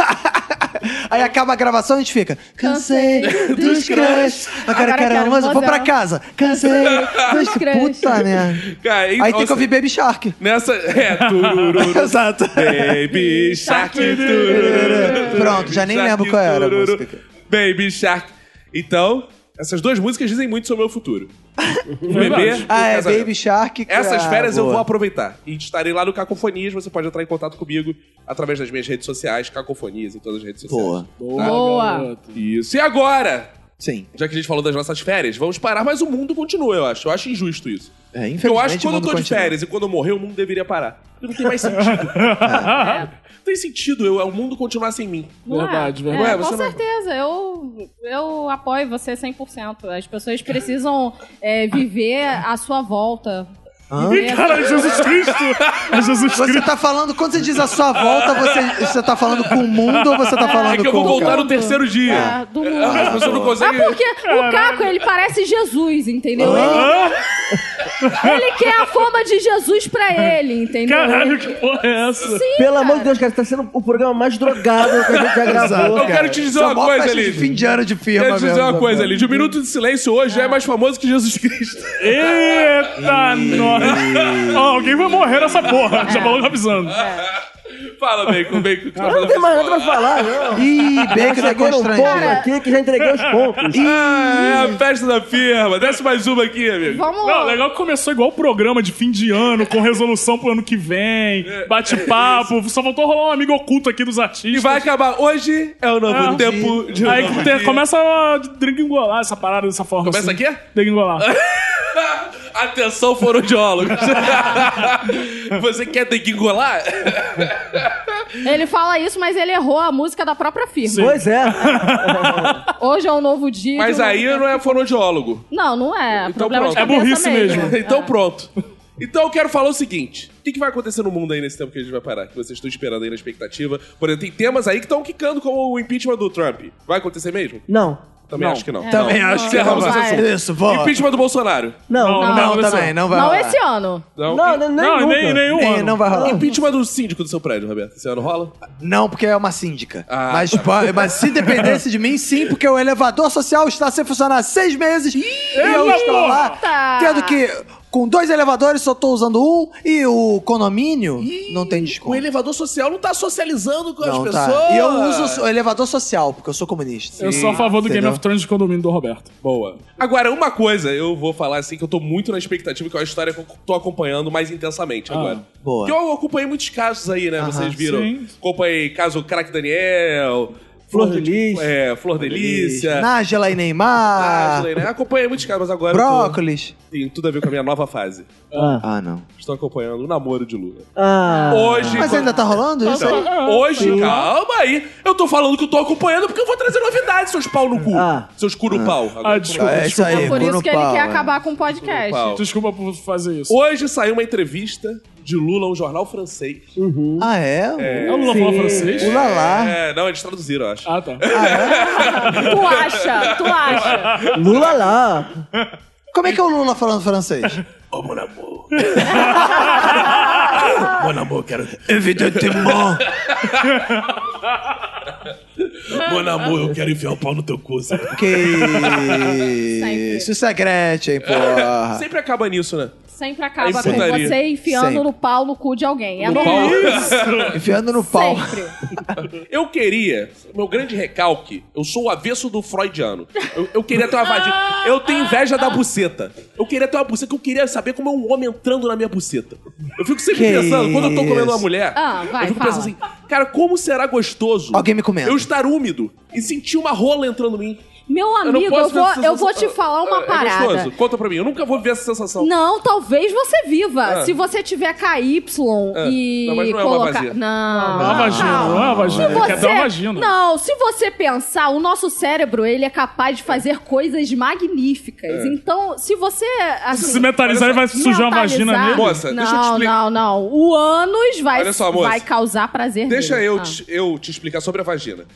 Aí acaba a gravação e a gente fica. Cansei dos crush, agora eu quero um mozão. Vou pra casa. Cansei dos crush. Puta merda. Cara, Aí tem que ouvir Baby Shark. Nessa... tururu. Exato. Baby Shark. tururu. Pronto, já nem Shark, lembro qual era a tururu. música. Baby Shark. Então, essas duas músicas dizem muito sobre o meu futuro. Bebê Ah, e é casamento. Baby Shark. Essas férias eu boa. vou aproveitar. E estarei lá no Cacofonias. Você pode entrar em contato comigo através das minhas redes sociais, Cacofonias, em todas as redes sociais. Boa. Boa. Isso. E agora, Sim. já que a gente falou das nossas férias, vamos parar, mas o mundo continua, eu acho. Eu acho injusto isso. É, Porque eu acho infelizmente que quando eu o mundo tô de continua. férias e quando eu morrer, o mundo deveria parar. Porque não tem mais sentido. Não tem sentido o mundo continuar sem mim. Não Verdade, é? verdade. É, Ué, com você não- certeza. Eu apoio você 100%. As pessoas precisam viver à sua volta. Ih, cara, é Jesus Cristo! É Jesus Você Cristo! tá falando, quando você diz a sua volta, você tá falando com o mundo ou você tá falando É que eu com vou o voltar cara? no terceiro dia. É, do mundo. As pessoas não conseguem... É porque o Caco, ele parece Jesus, entendeu? Ele quer a fama de Jesus pra ele, entendeu? Caralho, que porra é essa? Sim, Pelo cara. amor de Deus, cara, tá sendo o programa mais drogado que a gente já gravou. Eu quero te dizer Só uma mó coisa, festa de Lid. fim de ano de firma Quero te dizer mesmo, uma coisa, né? Lid. O Minuto de Silêncio hoje já é mais famoso que Jesus Cristo. Eita, nossa! Ó, alguém vai morrer nessa porra, já vou logo avisando. Fala, Bacon, que tá Eu não falando tenho mais nada pra falar, não. Ih, Bacon tá Cheguei num ponto constrangido. aqui que já entreguei os pontos. Ah, é a festa da firma. Desce mais uma aqui, amigo. Vamos Não, legal que começou igual o programa de fim de ano, com resolução pro ano que vem, bate-papo, só faltou rolar um amigo oculto aqui dos E artistas. vai acabar. Hoje é o novo É. tempo de um Aí novo dia. começa a dringolar essa parada dessa forma. Começa assim. aqui? Dringolar. Atenção, fonoaudiólogos. Você quer ter que engolar? Ele fala isso, mas ele errou a música da própria firma. Pois é. Hoje é um novo dia. Mas aí não é fonoaudiólogo. Não é. Então Problema de pronto. É cabeça burrice mesmo. Então pronto. Então eu quero falar o seguinte. O que vai acontecer no mundo aí nesse tempo que a gente vai parar? Que vocês estão esperando aí na expectativa. Por exemplo, tem temas aí que estão quicando, como o impeachment do Trump. Vai acontecer mesmo? Não. Também acho que não. Também acho que não Encerramos esse vai. assunto. Isso, vamos. Impeachment do Bolsonaro. Não. Não, também, não vai Não rolar. esse ano. Não. Não, Não, nunca. nenhum Nem, ano. não vai rolar. Impeachment do síndico do seu prédio, Roberto. Esse ano rola? Não, porque é uma síndica. Ah, Mas se dependesse de mim, sim, porque o elevador social está sem funcionar há 6 meses e eu estou lá Eita! tendo que... Com 2 elevadores, só tô usando um. E o condomínio não tem O desconto. elevador social não tá socializando com as Não, pessoas. tá. E eu uso o elevador social, porque eu sou comunista. Eu sou a favor do Game Entendeu? of Thrones de condomínio do Roberto. Boa. Agora, uma coisa, eu vou falar assim, que eu tô muito na expectativa, que é uma história que eu tô acompanhando mais intensamente agora. boa. Porque eu acompanhei muitos casos aí, né? Vocês viram? sim. Acompanhei caso Crack Daniel... Flor de Lis. Flor Delícia... Nájila e Neymar. Nájila, né? Acompanhei muitos casos, mas agora Brócolis. tem tudo a ver com a minha nova fase. Ah, não. Estou acompanhando o namoro de Lula. Hoje... Mas ainda tá rolando isso? Então, hoje, calma aí. Eu tô falando que eu tô acompanhando porque eu vou trazer novidades, seus pau no cu. Seus cu no pau. Agora, Desculpa. É isso aí, Por cu isso no que ele pau, quer é. acabar com o podcast. pau. Desculpa por fazer isso. Hoje saiu uma entrevista de Lula a um jornal francês. Ah, é? É o Lula falou francês? Ulalá. Não, eles traduziram, eu acho. Ah, tá. Tu acha? Lula lá. Como é que é o Lula falando francês? Ô, mon amour. Mon amour, quero... Evidentemente. Mon amour, eu quero enfiar o pau no teu cu. Que... Sempre. Isso é Gretchen, porra. Sempre acaba nisso, né? Sempre acaba com putaria. você enfiando Sempre. no pau no cu de alguém. É No normal. pau. Enfiando no pau. Sempre. Eu queria, meu grande recalque, eu sou o avesso do freudiano. Eu queria ter uma vagina. Eu tenho inveja da buceta. Eu queria ter uma buceta, que eu queria saber como é um homem entrando na minha buceta. Eu fico sempre Que pensando, quando eu tô comendo uma isso? mulher, Vai, eu fico fala. pensando assim, cara, como será gostoso Alguém me comendo. eu estar úmido e sentir uma rola entrando em mim. Meu Eu não amigo, posso ver essa eu sensação. vou te falar uma É parada. gostoso? Conta pra mim, eu nunca vou ver essa sensação. Não, talvez você viva. Se você tiver KY e Não, mas não é uma colocar... vazia. Não, Não é uma vagina, não é uma vagina. Ele quer dar uma vagina. Não, se você pensar, o nosso cérebro, ele é capaz de fazer coisas magníficas. Então, se você... Assim, Se mentalizar, ele vai sujar uma vagina mentalizar- nele. Moça, deixa eu te explicar. Não. O ânus Olha só, moça. vai causar prazer Deixa nele. eu te explicar sobre a vagina.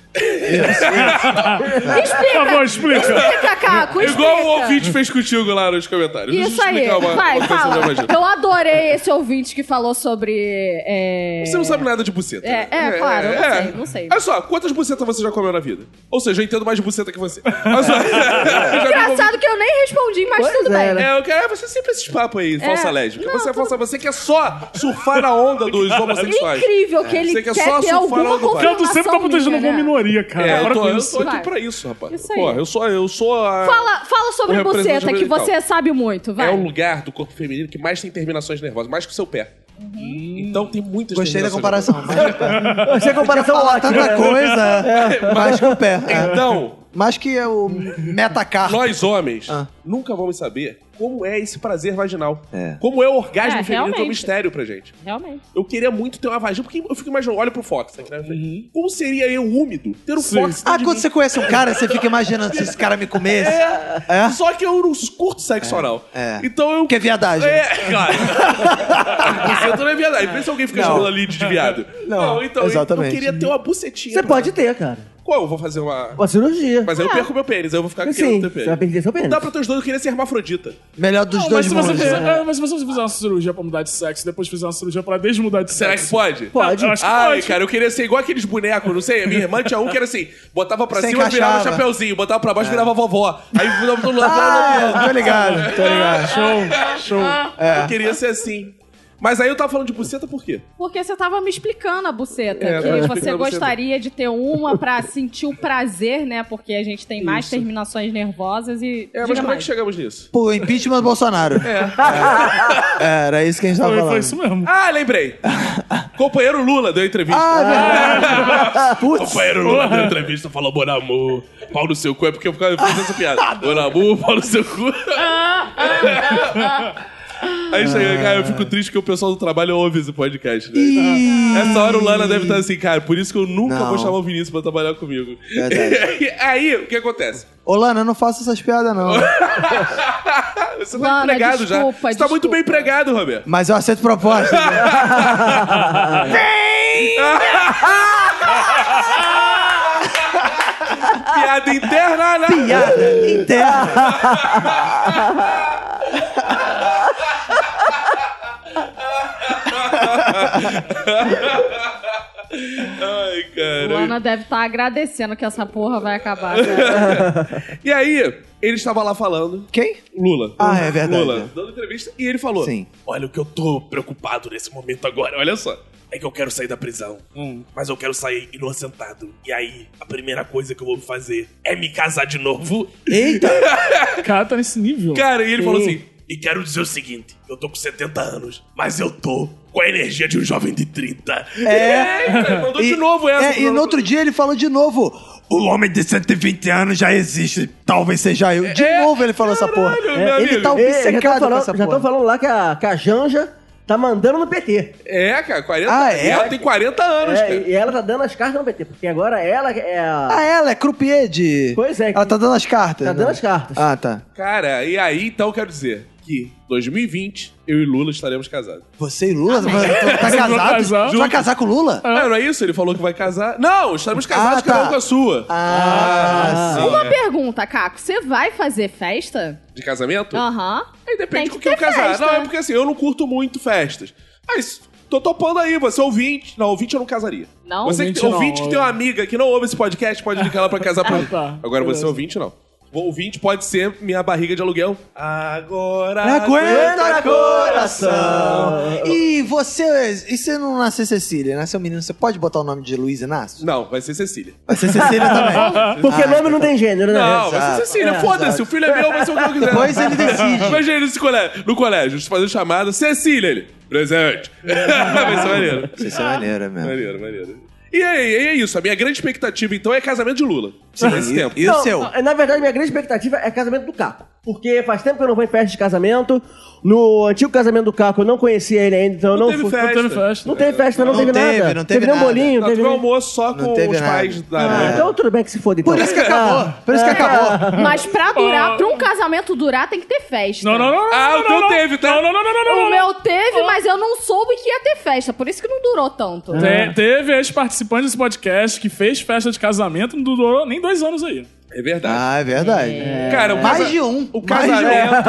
Por favor, explica. Explica, Caco, explica. Igual o ouvinte fez contigo lá nos comentários. Deixa Isso eu te aí, explicar uma vai, coisa sobre a fala. vagina. Eu adorei esse ouvinte que falou sobre... Você não sabe nada de buceta. claro, eu não sei. Olha só, quantas bucetas você já comeu na vida? Ou seja, eu entendo mais de buceta que você. Olha só. Eu já vi Engraçado que eu nem respondi, mas Pois tudo é, bem. né? eu quero, você sempre esses papos aí, falsa lésbica. Não, Você é falsa, você quer só surfar na onda dos homossexuais. Incrível que ele Você quer quer só ter surfar alguma no do pai. Porque tu sempre tá confirmação protegendo minha, uma né? minoria, cara. Eu Para tô com aqui isso. Vai. pra isso, rapaz. Isso aí. Pô, eu sou a... Fala sobre O representante buceta, que radical. você sabe muito, vai. É o lugar do corpo feminino que mais tem terminações nervosas, mais que o seu pé. Então tem muitas Gostei da terminações comparação. nervosas. Achei a comparação Falar ótima. tanta coisa, mais que o pé. Então, Mais que o metacarpo. nós homens nunca vamos saber como é esse prazer vaginal. É. Como é o orgasmo feminino, que é um realmente. mistério pra gente. Realmente. Eu queria muito ter uma vagina, porque eu fico imaginando, olha pro Fox aqui, né? Como seria eu úmido ter um Sim. Fox dentro Ah, de quando mim? você conhece um cara, você fica imaginando se esse cara me comesse. É? Só que eu não curto sexo oral. É. Então eu... Que é viadagem. Claro. Buceta não é verdade. Pensa se alguém fica Não. chamando ali de viado. Não, então exatamente. eu queria ter uma bucetinha. Você pode ter, cara. Qual? Eu vou fazer uma... Uma cirurgia. Mas aí eu perco meu pênis, aí eu vou ficar Sim, querendo ter você vai pênis. perder seu Não pênis. dá pra ter os dois, eu queria ser hermafrodita. Melhor dos Não, dois mas se você mundos. fizer, né? mas se você fizer uma cirurgia pra mudar de sexo e depois fizer uma cirurgia pra desmudar de Será que sexo... pode? Pode. Eu acho que Ai, pode. cara, eu queria ser igual aqueles bonecos, não sei. A minha irmã tinha um que era assim: botava pra Você cima, virava encaixava. chapeuzinho, botava pra baixo, virava vovó. Aí virava todo lado. Ah, tô ligado, tô ligado. Show. Eu queria ser assim. Mas aí eu tava falando de buceta por quê? Porque você tava me explicando a buceta. É, eu que tava você explicando a buceta. gostaria de ter uma pra sentir o prazer, né? Porque a gente tem mais terminações nervosas e. Mas diga como é mais. que chegamos nisso? Pô, impeachment do Bolsonaro. Era isso que a gente tava Foi falando. isso mesmo. Ah, lembrei! Companheiro Lula deu entrevista. Companheiro Lula deu entrevista, falou Bon Amour, pau no seu cu. É porque eu ficava fazendo essa piada. Bon Amour, pau no seu cu. Aí chega, cara, eu fico triste que o pessoal do trabalho ouve esse podcast, né? Essa hora o Lana deve estar assim, cara, por isso que eu nunca vou chamar o Vinícius pra trabalhar comigo. Verdade. Aí, o que acontece? Ô, Lana, eu não faço essas piadas, não. Você tá Lana, empregado já. desculpa, Você tá muito bem empregado, Roberto. Mas eu aceito proposta. Piada interna, né? Piada interna. Ai, cara. Luana deve estar agradecendo que essa porra vai acabar. Cara. E aí, ele estava lá falando. Quem? Lula. Ah, é verdade. Lula, dando entrevista. E ele falou: Sim. Olha, o que eu tô preocupado nesse momento agora, olha só. É que eu quero sair da prisão. Mas eu quero sair inocentado. E aí, a primeira coisa que eu vou fazer é me casar de novo. Eita! O cara tá nesse nível. Cara, e ele falou assim: e quero dizer o seguinte, eu tô com 70 anos, mas eu tô com a energia de um jovem de 30. Cara, mandou de novo essa. E no outro dia ele falou de novo: o homem de 120 anos já existe, talvez seja eu. De novo ele falou essa porra. meu Ele amigo. tá obcecado com essa Já porra. estão falando lá que a Janja tá mandando no PT. É, cara, 40 Ah, é? Ela tem 40 anos, cara. E ela tá dando as cartas no PT, porque agora ela é a... Ah, ela é croupier de... Pois é. Ela tá dando as cartas. Tá né? dando as cartas. Ah, tá. Cara, e aí, então, quero dizer que 2020, eu e Lula estaremos casados. Você e Lula? Tá Vocês vão casado? casar? Tu vai casar com o Lula? Não é isso? Ele falou que vai casar. Não, estaremos casados, cada um com a sua. Ah, Uma pergunta, Caco. Você vai fazer festa? De casamento? Aham. Aí depende Tem com que quem eu ter casar. festa. Não, é porque assim, eu não curto muito festas. Mas tô topando aí, você é ouvinte. Não, ouvinte eu não casaria. Não? Você Ouvinte que, não. ouvinte que tem uma amiga que não ouve esse podcast, pode ligar ela pra casar pra mim. Tá. Agora você ouvinte, não. O ouvinte pode ser minha barriga de aluguel. Agora aguenta coração. E você não nasceu Cecília, nasceu menino, você pode botar o nome de Luiz Inácio? Não, vai ser Cecília. Vai ser Cecília também. Porque nome não tem gênero, né? Não, vai ser exato. Cecília, foda-se. O filho é meu, vai ser o que eu quiser. Depois ele decide. Imagina ele no colégio, fazendo chamada. Cecília, ele. Presente. Vai ser maneiro. Isso é maneiro mesmo. Maneiro. E aí, é isso. A minha grande expectativa, então, é casamento de Lula. Sim, nesse tempo. E o Não, seu? Na verdade, minha grande expectativa é casamento do Caco. Porque faz tempo que eu não vou em festa de casamento. No antigo casamento do Caco, eu não conhecia ele ainda, então eu não teve fui. festa. Não teve festa. Não teve festa, não teve nada. não teve nem um nada. bolinho, Não, teve teve um nem... almoço só Não com teve os nada. pais da Ah, noiva. então tudo bem que se foda. Então. Por isso que acabou. Por isso que acabou. Mas pra um casamento durar, tem que ter festa. Não. Ah, o teu teve, tá? Não. O meu teve, mas eu não soube que ia ter festa. Por isso que não durou tanto. Teve ex-participante desse podcast que fez festa de casamento, não durou nem 2 anos aí. É verdade. Ah, é verdade. Cara, Mais de um. O Mais de um. casamento...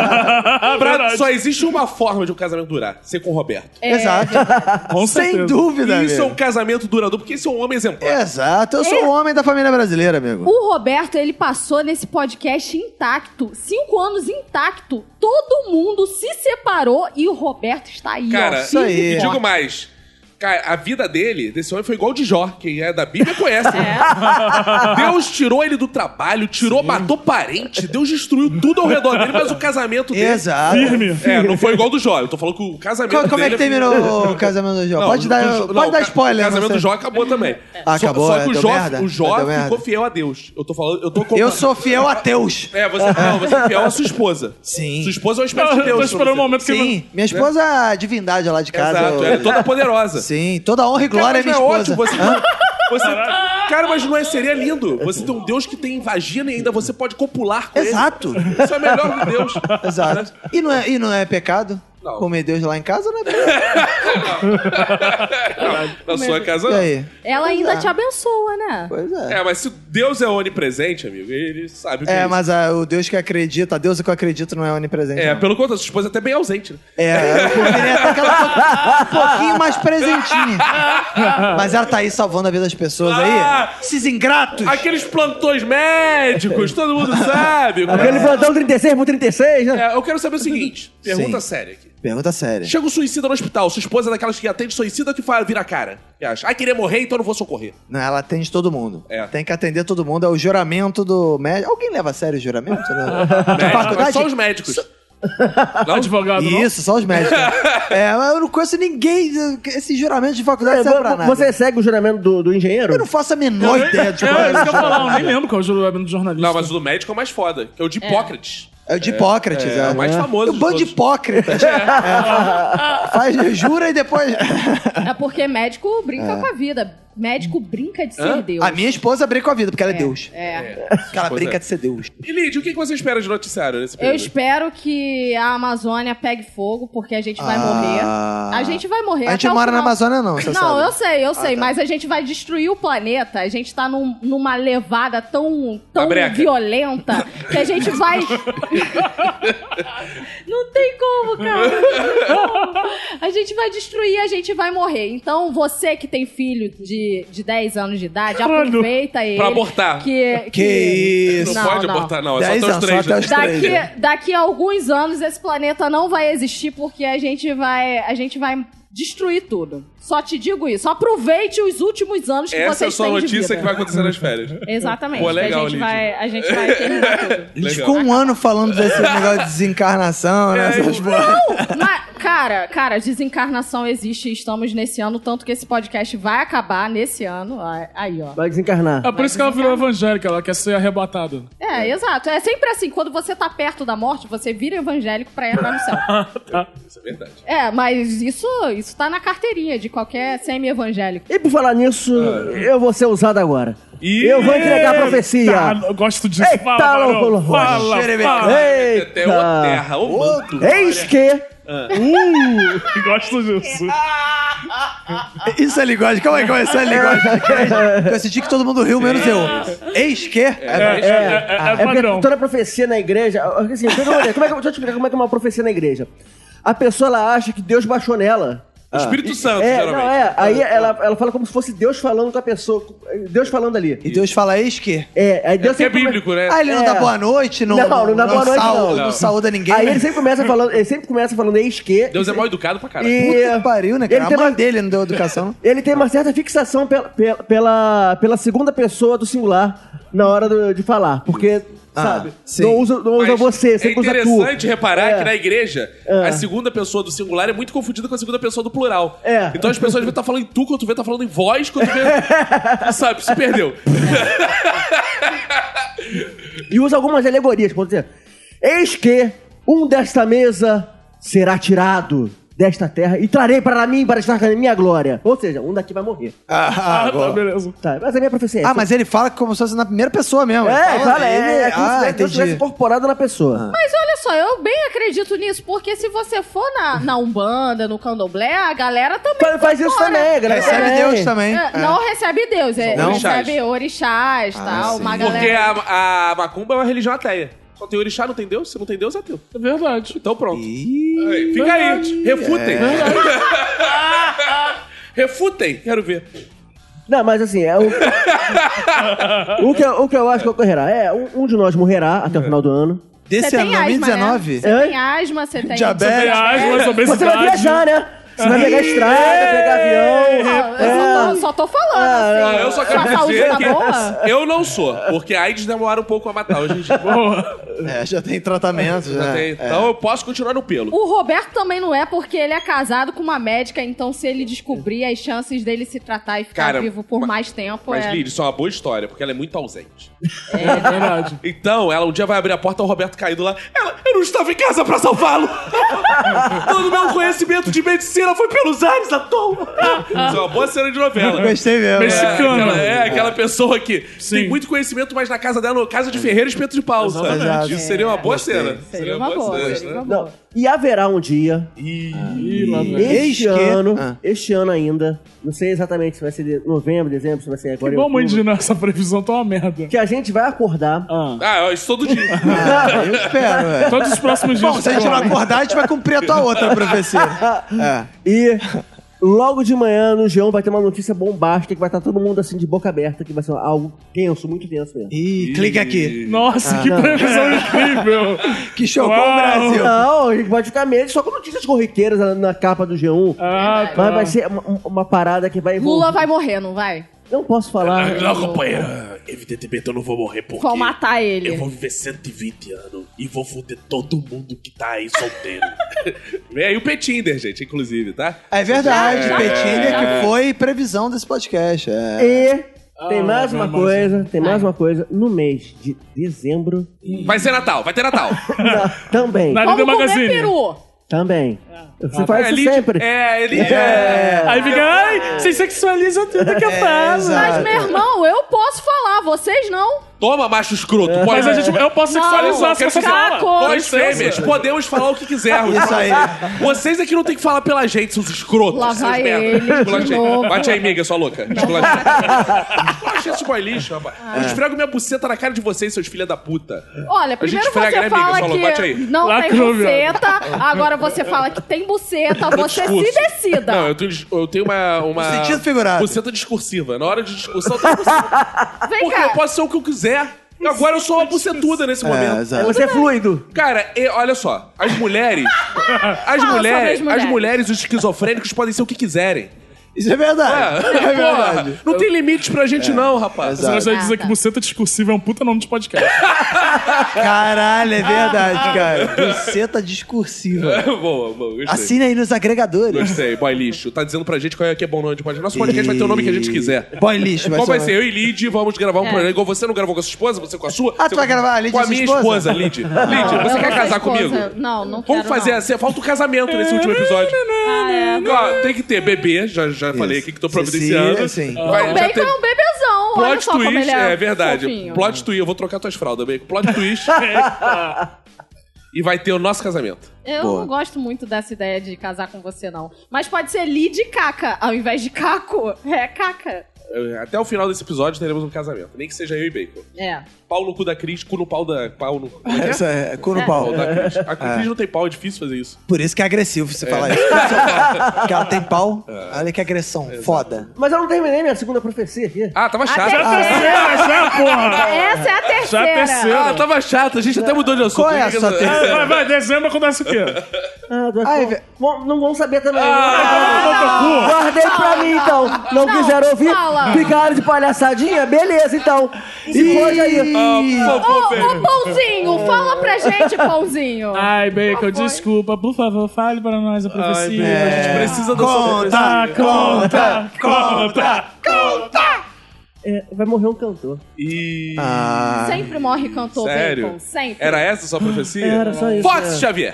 Verdade. Só existe uma forma de um casamento durar. Ser com o Roberto. Exato. Com Sem certeza. dúvida, Isso é um amigo. casamento duradouro, porque esse é um homem exemplar. Exato. Eu sou o homem da família brasileira, amigo. O Roberto, ele passou nesse podcast intacto. 5 anos intacto. Todo mundo se separou e o Roberto está aí, Cara, ó. isso aí. firme e E digo forte. mais. Cara, a vida dele, desse homem, foi igual de Jó. Quem é da Bíblia conhece. Deus tirou ele do trabalho, matou parente, Deus destruiu tudo ao redor dele, mas o casamento dele... Exato. Firme. É, não foi igual do Jó. Eu tô falando que o casamento Como é que dele... terminou o casamento do Jó? Não, Pode dar spoiler. O casamento não do sei. Jó acabou também. Ah, acabou, Só que deu merda? o Jó Deu ficou merda. fiel a Deus. Eu tô falando... Eu sou fiel a Deus. É, você é fiel à sua esposa. Sim. Sua esposa é uma espécie de Eu Deus. tô esperando o pra você. momento que... Sim. Minha esposa é a divindade lá de casa. Exato, ela é toda poderosa. Sim, toda honra e glória é minha Cara, mas esposa. não é ótimo, Cara, mas não é, seria lindo. Você tem um Deus que tem vagina e ainda você pode copular com Exato. ele. Isso é o melhor de Deus. Exato. E não é pecado? Não. Comer Deus lá em casa não é pecado. Na sua casa, E não. aí? Ela ainda te abençoa, né? Pois é. É, mas se Deus é onipresente, amigo, ele sabe o que é isso. Mas o Deus que acredita, a deusa que eu acredito não é onipresente. É, não. pelo contrário, sua esposa é até bem ausente, né? Eu queria ter aquela um pouquinho mais presentinha. Mas ela tá aí salvando a vida das pessoas Ah! aí. Esses ingratos. Aqueles plantões médicos, todo mundo sabe. Aquele plantão 36 por 36, né? É, eu quero saber o seguinte, pergunta séria aqui. Pergunta séria. Chega um suicida no hospital, sua esposa é daquelas que atende suicida que vira a cara. E acha, queria morrer, então eu não vou socorrer. Não, ela atende todo mundo. É. Tem que atender todo mundo. É o juramento do médico. Alguém leva a sério o juramento? Médico, mas só os médicos. Não? Advogado, não? Isso, só os médicos. Mas eu não conheço ninguém. Esse juramento de faculdade não serve pra nada. Você segue o juramento do engenheiro? Eu não faço a menor ideia de É, qual isso que eu ia juramento. falar, eu nem lembro qual é o juramento do jornalista. Não, mas o do médico é o mais foda, que é o de Hipócrates. É o de Hipócrates, É o mais famoso O de bando de todos. hipócritas. Jura e depois... É porque médico brinca com a vida. Médico brinca de ser Deus. A minha esposa brinca com a vida, porque ela é Deus. Porque ela Esposa brinca é. de ser Deus. E Lid, o que você espera de noticiário nesse Eu período? espero que a Amazônia pegue fogo, porque a gente vai morrer. A gente vai morrer. A gente até não o mora na final. Amazônia, não, você Não, sabe. eu sei, mas a gente vai destruir o planeta. A gente tá numa levada tão breca. violenta que a gente vai. Não tem como, cara. Não tem como. A gente vai destruir, a gente vai morrer. Então, você que tem filho de 10 anos de idade, aproveita ele. Pra abortar. Que isso. Não, pode abortar, não. É só 10 até os anos, 3, só até né? os 3. Daqui a alguns anos esse planeta não vai existir porque a gente vai destruir tudo. Só te digo isso. Aproveite os últimos anos que Essa é a vocês sua têm de notícia vida. que vai acontecer nas férias. Exatamente. Pô, legal, a gente vai terminar tudo. A gente Legal. ficou um ano falando desse negócio de desencarnação, né? Essas porra. Mas, cara, desencarnação existe e estamos nesse ano, tanto que esse podcast vai acabar nesse ano. Aí, ó. Vai desencarnar. É por isso que ela virou evangélica, ela quer ser arrebatada. É, exato. É sempre assim, quando você tá perto da morte, você vira evangélico pra entrar no céu. Isso é verdade. É, mas isso tá na carteirinha de qualquer semi-evangélico. E por falar nisso, eu vou ser usado agora. Ih, Eu vou entregar a profecia. Tá, eu gosto disso. Eita, Fala, Barão. louco, Fala, fala. Até o Eita. terra, o manto. Eis que... Gosto disso. Isso é linguagem. Calma aí, essa é linguagem. Eu senti que todo mundo riu, menos eu. Eis que... É porque padrão. toda profecia na igreja... Assim, deixa eu te explicar como é que é uma profecia na igreja. A pessoa, ela acha que Deus baixou nela. O Espírito Santo, geralmente. Não, aí ela fala como se fosse Deus falando com a pessoa. Deus falando ali. E Deus fala, eis que... Aí Deus Porque é sempre bíblico, né? Ah, ele não dá boa noite, não Não dá boa noite, não. Não saúda ninguém. Aí ele sempre começa falando eis que... Deus é mal educado pra caralho. E- Puta que pariu, né, cara? Ele A tem mãe uma- dele não deu educação. Ele tem uma certa fixação pela segunda pessoa do singular na hora de falar. Porque, sabe, sim. não usa Mas você, sempre usa tu. É interessante reparar É. que na igreja, a segunda pessoa do singular é muito confundida com a segunda pessoa do plural. É. Então as pessoas vão estar falando em tu, quando tu vê, tá falando em voz, quando tu vê... sabe, se perdeu. E usa algumas alegorias, por exemplo, eis que desta mesa será tirado desta terra e trarei para mim para estar na minha glória. Ou seja, daqui vai morrer. Ah, tá, beleza. Tá, mas a minha profecia é essa. Mas ele fala como se fosse na primeira pessoa mesmo. Ele fala, ele- como se Deus tivesse entendi. incorporado na pessoa. Mas olha só, eu bem acredito nisso, porque se você for na Umbanda, no Candomblé, a galera também Faz isso incorpora. também, galera. Recebe Deus também. Não recebe Deus, Não. recebe orixás e tal, sim. uma Porque galera... a macumba é uma religião ateia. Só tem orixá, não tem Deus? Se não tem Deus, é ateu. É verdade. Então pronto. Ih, Aí, fica aí. Refutem. Refutem. Quero ver. Não, mas assim, o que eu acho que ocorrerá é um de nós morrerá até o final do ano. desse Você ano, tem asma, 2019? né? Você tem asma, você tem... Diabetes. Tem asma, Você obesidade. vai viajar, né? Você vai pegar estrada, pegar avião. Eu só tô falando, assim. Eu só quero Sua saúde dizer tá que boa? eu não sou, porque a AIDS demora um pouco a matar hoje em dia. Já tem tratamento, já. Então eu posso continuar no pelo. O Roberto também não é, porque ele é casado com uma médica, então se ele descobrir, as chances dele se tratar e ficar Cara, vivo por mais tempo Mas, é... Lid, isso é uma boa história, porque ela é muito ausente. É verdade. Então, ela um dia vai abrir a porta, o Roberto caído lá. Eu não estava em casa pra salvá-lo! Todo o meu conhecimento de medicina foi pelos ares à toa! Isso é uma boa cena de novela. Gostei mesmo. Mexicano. Aquela pessoa que Sim. tem muito conhecimento, mas na casa dela, casa de ferreiro, espeto de pau, sabe? Exatamente. Isso seria uma boa Gostei. cena. Seria uma boa, cena, seria né? uma boa. Não, e haverá um dia, Ih, lá vem. este que- ano, este ano ainda, não sei exatamente se vai ser de novembro, dezembro, se vai ser agora em Vamos outubro, imaginar essa previsão tá uma merda. que a gente vai acordar. Ah, isso todo dia. Eu espero, velho. Todos os próximos dias. Bom, se a gente não acordar, a gente vai cumprir a tua outra profecia. E logo de manhã no G1 vai ter uma notícia bombástica que vai estar todo mundo assim de boca aberta, que vai ser algo tenso, muito tenso mesmo. Ih, clica aqui. Nossa, que previsão incrível. Que chocou Uau. o Brasil. Não, a gente pode ficar medo só com notícias corriqueiras na capa do G1. Ah, Mas tá. vai ser uma parada que vai envolver... Lula vai morrer, não vai? Não posso falar. Não, companheira. Evidentemente eu não vou morrer porque Vão matar ele. eu vou viver 120 anos e vou foder todo mundo que tá aí solteiro. Vem aí o Petinder, gente, inclusive, tá? É verdade, Já- Petinder, já- que foi previsão desse podcast. E Tem mais uma coisa. No mês de dezembro... Vai ser Natal, vai ter Natal. Também. Na Líder Vamos comer Magazine. peru. Também. Você faz isso sempre. Elite. Aí fica, ai, vocês sexualizam tudo que eu falo. Mas, meu irmão, eu posso falar, vocês não. Toma, macho escroto. Pode Mas eu posso sexualizar se você Caco. fala. Nós fêmeas podemos falar o que quisermos. Isso aí. Vocês aqui não tem que falar pela gente, seus escrotos. Lá seus vai merda. ele de Esculachei. novo. Bate aí, amiga, sua louca. Esculachei esse boy lixo, rapaz. Eu esfrego minha buceta na cara de vocês, seus filha da puta. Olha, primeiro esfrega, você né, amiga? fala Só louco, bate aí. que não tem Lacrou, viado. buceta, agora você fala que tem buceta, você Discurso. se decida. Não, eu tenho uma Sentido figurado. buceta discursiva. Na hora de discussão, eu tenho buceta. Vem Porque cá. eu posso ser o que eu quiser. Agora eu sou uma bucetuda nesse momento. Exato. Você é fluido. Cara, olha só, as mulheres, sobre as mulheres. e os esquizofrênicos podem ser o que quiserem. Isso é verdade. É Porra, verdade. não tem limites pra gente não, rapaz. Você gostaria de dizer que buceta discursiva é um puta nome de podcast. Caralho, é verdade, cara. Buceta discursiva. Boa, gostei. Assina aí nos agregadores. Gostei, boy lixo. Tá dizendo pra gente qual é que é bom nome de podcast. Nosso podcast vai ter o nome que a gente quiser. Boy lixo, Qual vai ser. ser? Eu e Lid vamos gravar um programa. Igual você não gravou com a sua esposa, você com a sua. Ah, tu vai gravar a Lid com a e sua minha esposa? esposa, Lid. Lid, você Eu quer não casar sou esposa. comigo? Não quero, Vamos fazer não. assim, falta o casamento nesse último episódio. Ah, é. Ó, tem que ter bebê, já falei aqui que tô providenciando. Sim. O Bacon é um bebezão, olha Plot só como twist, ele é verdade. fofinho. Plot twist, eu vou trocar tuas fraldas, Bacon. Plot twist. E vai ter o nosso casamento. Eu Boa. não gosto muito dessa ideia de casar com você, não. Mas pode ser Lid e Caca, ao invés de Caco. É Caca. Até o final desse episódio teremos um casamento. Nem que seja eu e Bacon. É. Pau no cu da Cris, cu no pau da... Pau no... Essa é cu no Pau pau. da Cris. A Cris não tem pau, é difícil fazer isso. Por isso que é agressivo você falar isso. Porque ela tem pau, olha que agressão. Foda. Mas eu não terminei minha segunda profecia aqui. Ah, tava chato. Já, porra! Essa é a terceira. Já é a terceira. Ah, tava chato. A gente até mudou de assunto. Qual é a sua terceira? Vai, dezembro acontece o quê? Não vão saber também. Ah, Guardei pra mim, então. Não quiseram ouvir? fala. Ficaram de palhaçadinha? Beleza, então. E foi aí. Por favor, Ô, Bacon. Pãozinho, fala pra gente, Pãozinho. Ai, Bacon, Qual foi? desculpa. Por favor, fale para nós a profecia. A gente precisa da sua Ah, profecia. conta! Vai morrer um cantor. E... Sempre morre cantor, Sério? Bacon. Sempre. Era essa a sua profecia? Era só isso. Fox Xavier.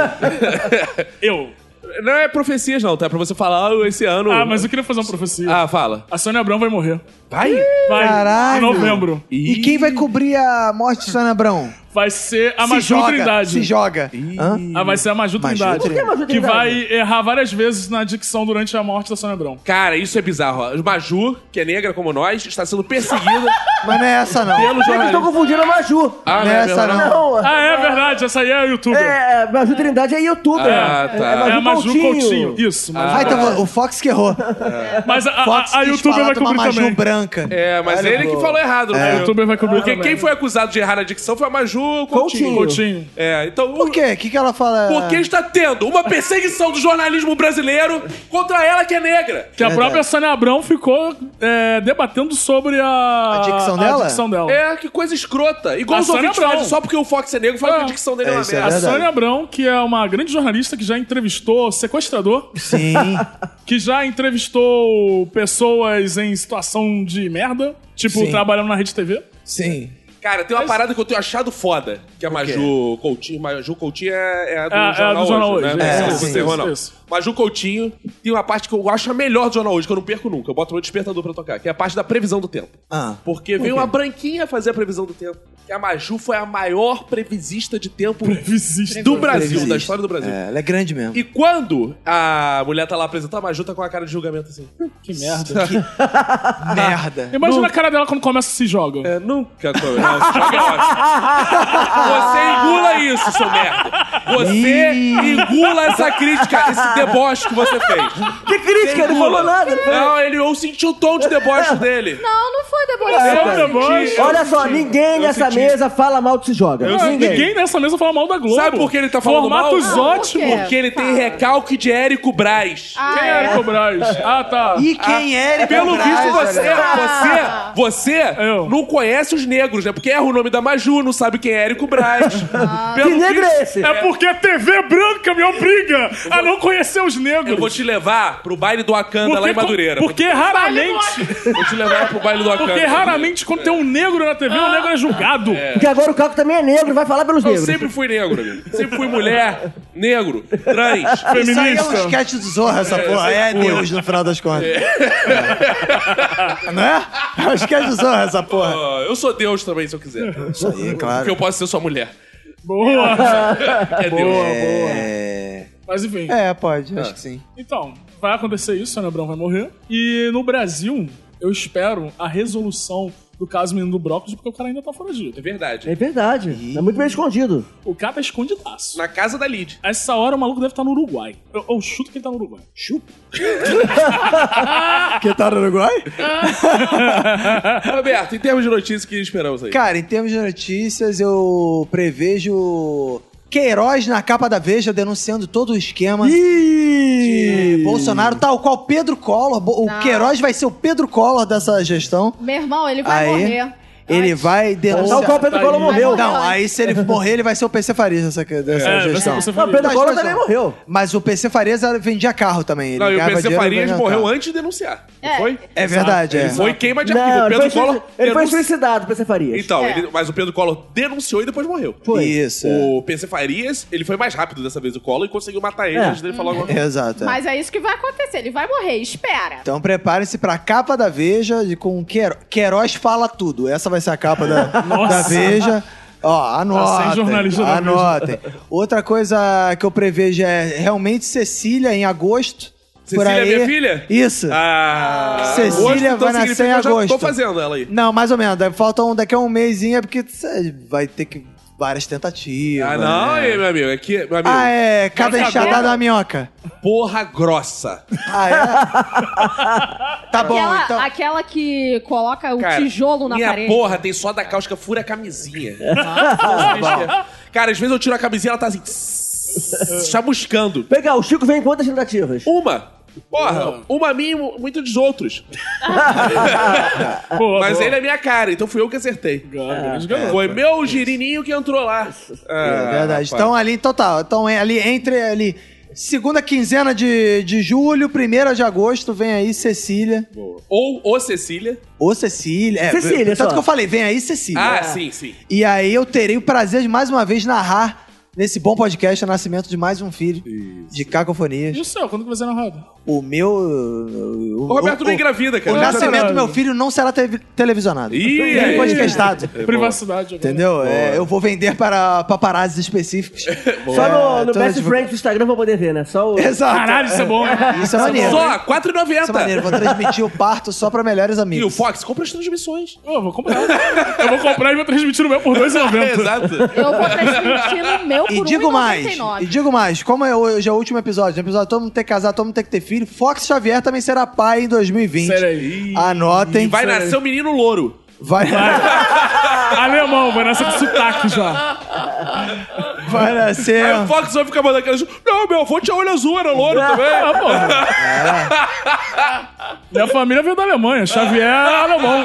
Eu. Não é profecias, não, tá? É pra você falar esse ano. Ah, mas eu queria fazer uma profecia. Ah, fala. A Sônia Abrão vai morrer. Vai? Vai. Caralho. Em novembro. E quem vai cobrir a morte de Sônia Abrão? Vai ser a Se Maju joga, Trindade. Se joga. Hã? Ah, vai ser a Maju Trindade. Por que a Maju Que Trindade? vai errar várias vezes na dicção durante a morte da Sônia Abrão. Cara, isso é bizarro. ó. Maju, que é negra como nós, está sendo perseguida Mas não é essa, não. pelo Eles estão jornalismo. confundindo a Maju. Ah, Não é essa, mesmo, não. Não, Ah, é verdade. Essa aí é a youtuber. Maju Trindade é youtuber. Ah, tá. É a Maju Coutinho. Isso, Maju. Ah, então o Fox que errou. Mas Fox a quis youtuber falar vai de uma cobrir Maju também. branca. É, mas ele que falou errado. A youtuber vai cobrir Porque também. quem foi acusado de errar na dicção foi a Maju Coutinho. Coutinho. É, então... Por quê? O que ela fala? Porque está tendo uma perseguição do jornalismo brasileiro contra ela que é negra. Que a própria Sônia Abrão ficou debatendo sobre a dicção dela? dicção dela. É, que coisa escrota. Igual A os Sônia ouvintes Abrão. fazem só porque o Fox é negro, fala que a dicção dele é uma isso é merda. A verdade. Sônia Abrão, que é uma grande jornalista que já entrevistou sequestrador, Sim. que já entrevistou pessoas em situação de merda, tipo, Sim. trabalhando na Rede TV. Sim. Cara, tem uma parada que eu tenho achado foda, que a Maju Coutinho... Maju Coutinho é a do É, Jornal, do Jornal Hoje, Hoje, né? é, Você sim, errou, não. isso. Maju Coutinho tem uma parte que eu acho a melhor do Jornal Hoje, que eu não perco nunca. Eu boto no despertador pra tocar, que é a parte da previsão do tempo. Ah. Porque veio uma branquinha fazer a previsão do tempo. Que a Maju foi a maior previsista de tempo Existe. do Brasil, Previsista. da história do Brasil. É, ela é grande mesmo. E quando a mulher tá lá apresentando, a Maju tá com a cara de julgamento assim. Que merda. Merda. Imagina a cara dela quando começa se joga. É, nunca tô. Não, se joga é ótimo. Você engula isso, seu merda. Você engula essa crítica, esse deboche que você fez. Que crítica? Ele não falou nada. Não, eu senti o tom de deboche dele. Não foi deboche. É, deboche. Olha só, ninguém nessa mesa fala mal de se joga. Ninguém nessa mesa fala mal da Globo. Sabe por que ele tá falando Formatos mal? ótimos. Por quê? Porque ele tem recalque de Érico Braz. Quem é Érico Braz? Ah, tá. E quem é ele? Pelo visto, você Eu. não conhece os negros, né? Porque erra o nome da Maju, não sabe quem é Érico Braz. Que negro é esse? É porque a TV branca me obriga a não conhecer os negros. Eu vou te levar pro baile do Wakanda lá em Madureira. Porque raramente... Vou te levar pro baile do Wakanda. Porque raramente quando tem um negro na TV, o negro é julgado. Porque agora o Caco também é negro, vai falar pelos Eu negros. sempre fui negro, amigo. Sempre fui mulher, negro, trans, Isso aí é um Feminista. sketch do Zorra, essa porra. É Deus, no final das contas. Não é? É um sketch do Zorra, essa porra. Eu sou Deus também, se eu quiser. Isso aí, Porque claro. eu posso ser sua mulher. Boa. É Deus. É... Mas enfim. pode, acho que sim. Então, vai acontecer isso, o Nebrão vai morrer. E no Brasil, eu espero a resolução do caso Menino do Brócolis, porque o cara ainda tá foragido. É verdade. É verdade. É muito bem escondido. O cara tá escondidaço. Na casa da Lid. A essa hora o maluco deve estar no Uruguai. Eu chuto que ele tá no Uruguai. Que tá no Uruguai? Roberto, em termos de notícias, o que esperamos aí? Cara, em termos de notícias, eu prevejo Queiroz na capa da Veja denunciando todo o esquema de Bolsonaro, tal qual Pedro Collor. O Não. Queiroz vai ser o Pedro Collor dessa gestão. Meu irmão, ele vai Aí, morrer. Ele vai denunciar... Tal qual o Pedro Collor morreu. Não, aí se ele morrer, ele vai ser o PC Farias dessa gestão. você Não, o Pedro Mas, Collor pessoal, também morreu. Mas o PC Farias vendia carro também. Ele Não, e o ganhava PC dinheiro Farias vendendo morreu carro. antes de denunciar. Não É. foi? É verdade, é. Ele foi queima de arquivo. Não, O ele Pedro foi, Collor... ele foi denunci- suicidado, PC Farias. Então, É. mas o Pedro Collor denunciou e depois morreu. Foi. Isso. O PC Farias, ele foi mais rápido dessa vez, o Collor, e conseguiu matar ele antes dele falar alguma coisa. Exato. Mas é isso que vai acontecer. Ele vai morrer. Espera. Então preparem-se pra capa da Veja com Queiroz fala tudo. Essa vai ser a capa da Veja. Ó, anotem. Sem jornalista da Veja. Anotem. Outra coisa que eu prevejo é realmente Cecília em agosto. Por Cecília é aí. minha filha? Isso. Agosto, Cecília então vai nascer significa em que eu já agosto. tô fazendo ela aí. Não, mais ou menos. Daqui a um mêsinho, porque vai ter que várias tentativas. Ah, não, né? aí, meu amigo. Aqui, meu amigo. Ah, é. Cada Mas enxadada agora- da minhoca. Porra grossa. Ah, é? Tá bom, então. Aquela que coloca o Cara, tijolo na minha parede. porra tem só da cáustica, fura a camisinha. Cara, às vezes eu tiro a camisinha, ela tá assim... chamuscando. Pegar, o Chico vem em quantas tentativas? Uma. Porra, uma a mim e muito dos outros. Boa, Mas boa. ele é minha cara, então fui eu que acertei. Grande garoto. Foi meu girininho que entrou lá. É verdade. Então ali, total. Então ali entre ali segunda quinzena de julho, 1ª de agosto, vem aí Cecília. Ou Cecília. Ou Cecília. É, Cecília, tanto só. que eu falei, vem aí Cecília. Ah, sim, sim. E aí eu terei o prazer de mais uma vez narrar nesse bom podcast o nascimento de mais um filho de Cacofonias. E o seu? Quando que vai ser narrado? O meu... O Roberto não engravida, cara. O nascimento caralho. do meu filho não será televisionado. Ih, Nem aí. podcastado. Privacidade agora. Entendeu? É, eu vou vender para paparazzis específicos. Só no toda Best Friends do Instagram pra poder ver, né? Só o... Exato. Caralho, isso é bom, hein? Isso é maneiro. Só, Isso é R$4,90. maneiro. Vou transmitir o parto só pra melhores E o amigos. Fox, compra as transmissões. Eu vou comprar. Eu vou comprar e vou transmitir no meu por R$2,90. Exato. Eu vou transmitir no meu por E digo mais, R$1,99. como hoje é o último episódio, no episódio todo mundo tem que casar, todo mundo tem que ter filho, Fox Xavier também será pai em 2020. Sério aí. Anotem. E vai nascer um menino louro. Vai Alemão, vai nascer com sotaque já. nascer. Aí o Fox vai ficar mandando aquelas... Não, meu avô tinha olho azul, era louro também. Ah, porra. Minha família veio da Alemanha. Xavier é alemão.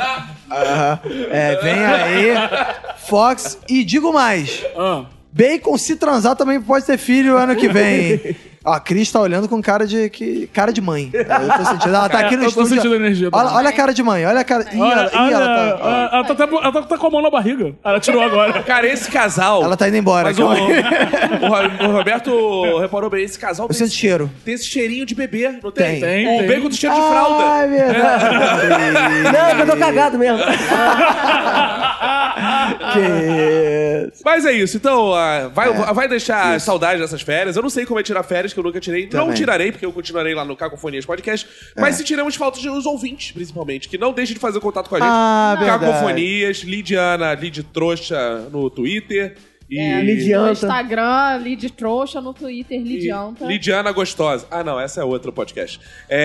Vem aí, Fox. E digo mais, Ah. Bacon, se transar, também pode ter filho ano que vem. Ó, a Cris tá olhando com cara de mãe. Eu tô sentindo. Ela tá aqui no Eu tô estúdio. sentindo a energia Olha, dela. olha a cara de mãe, olha a cara. Olha, ela tá com a mão na barriga. Ela tirou agora. Cara, esse casal... Ela tá indo embora. Mas calma aí. o Roberto reparou bem, esse casal Eu sinto cheiro. tem esse cheirinho de bebê, não tem? Tem, O tem. bacon do cheiro de fralda. Ai, verdade. Não, eu tô cagado mesmo. Que... Mas é isso, então vai deixar saudade dessas férias. Eu não sei como é tirar férias, que eu nunca tirei. Não Também. tirarei, porque eu continuarei lá no Cacofonias Podcast. Mas se tiramos falta de os ouvintes, principalmente, que não deixem de fazer contato com a gente. Ah, verdade. Cacofonias, Lidiana, Lid Trouxa no Twitter. E No Lidianta. Instagram, Lid Trouxa, no Twitter, Lidianta. Lidiana Gostosa. Ah, não, essa é outra podcast.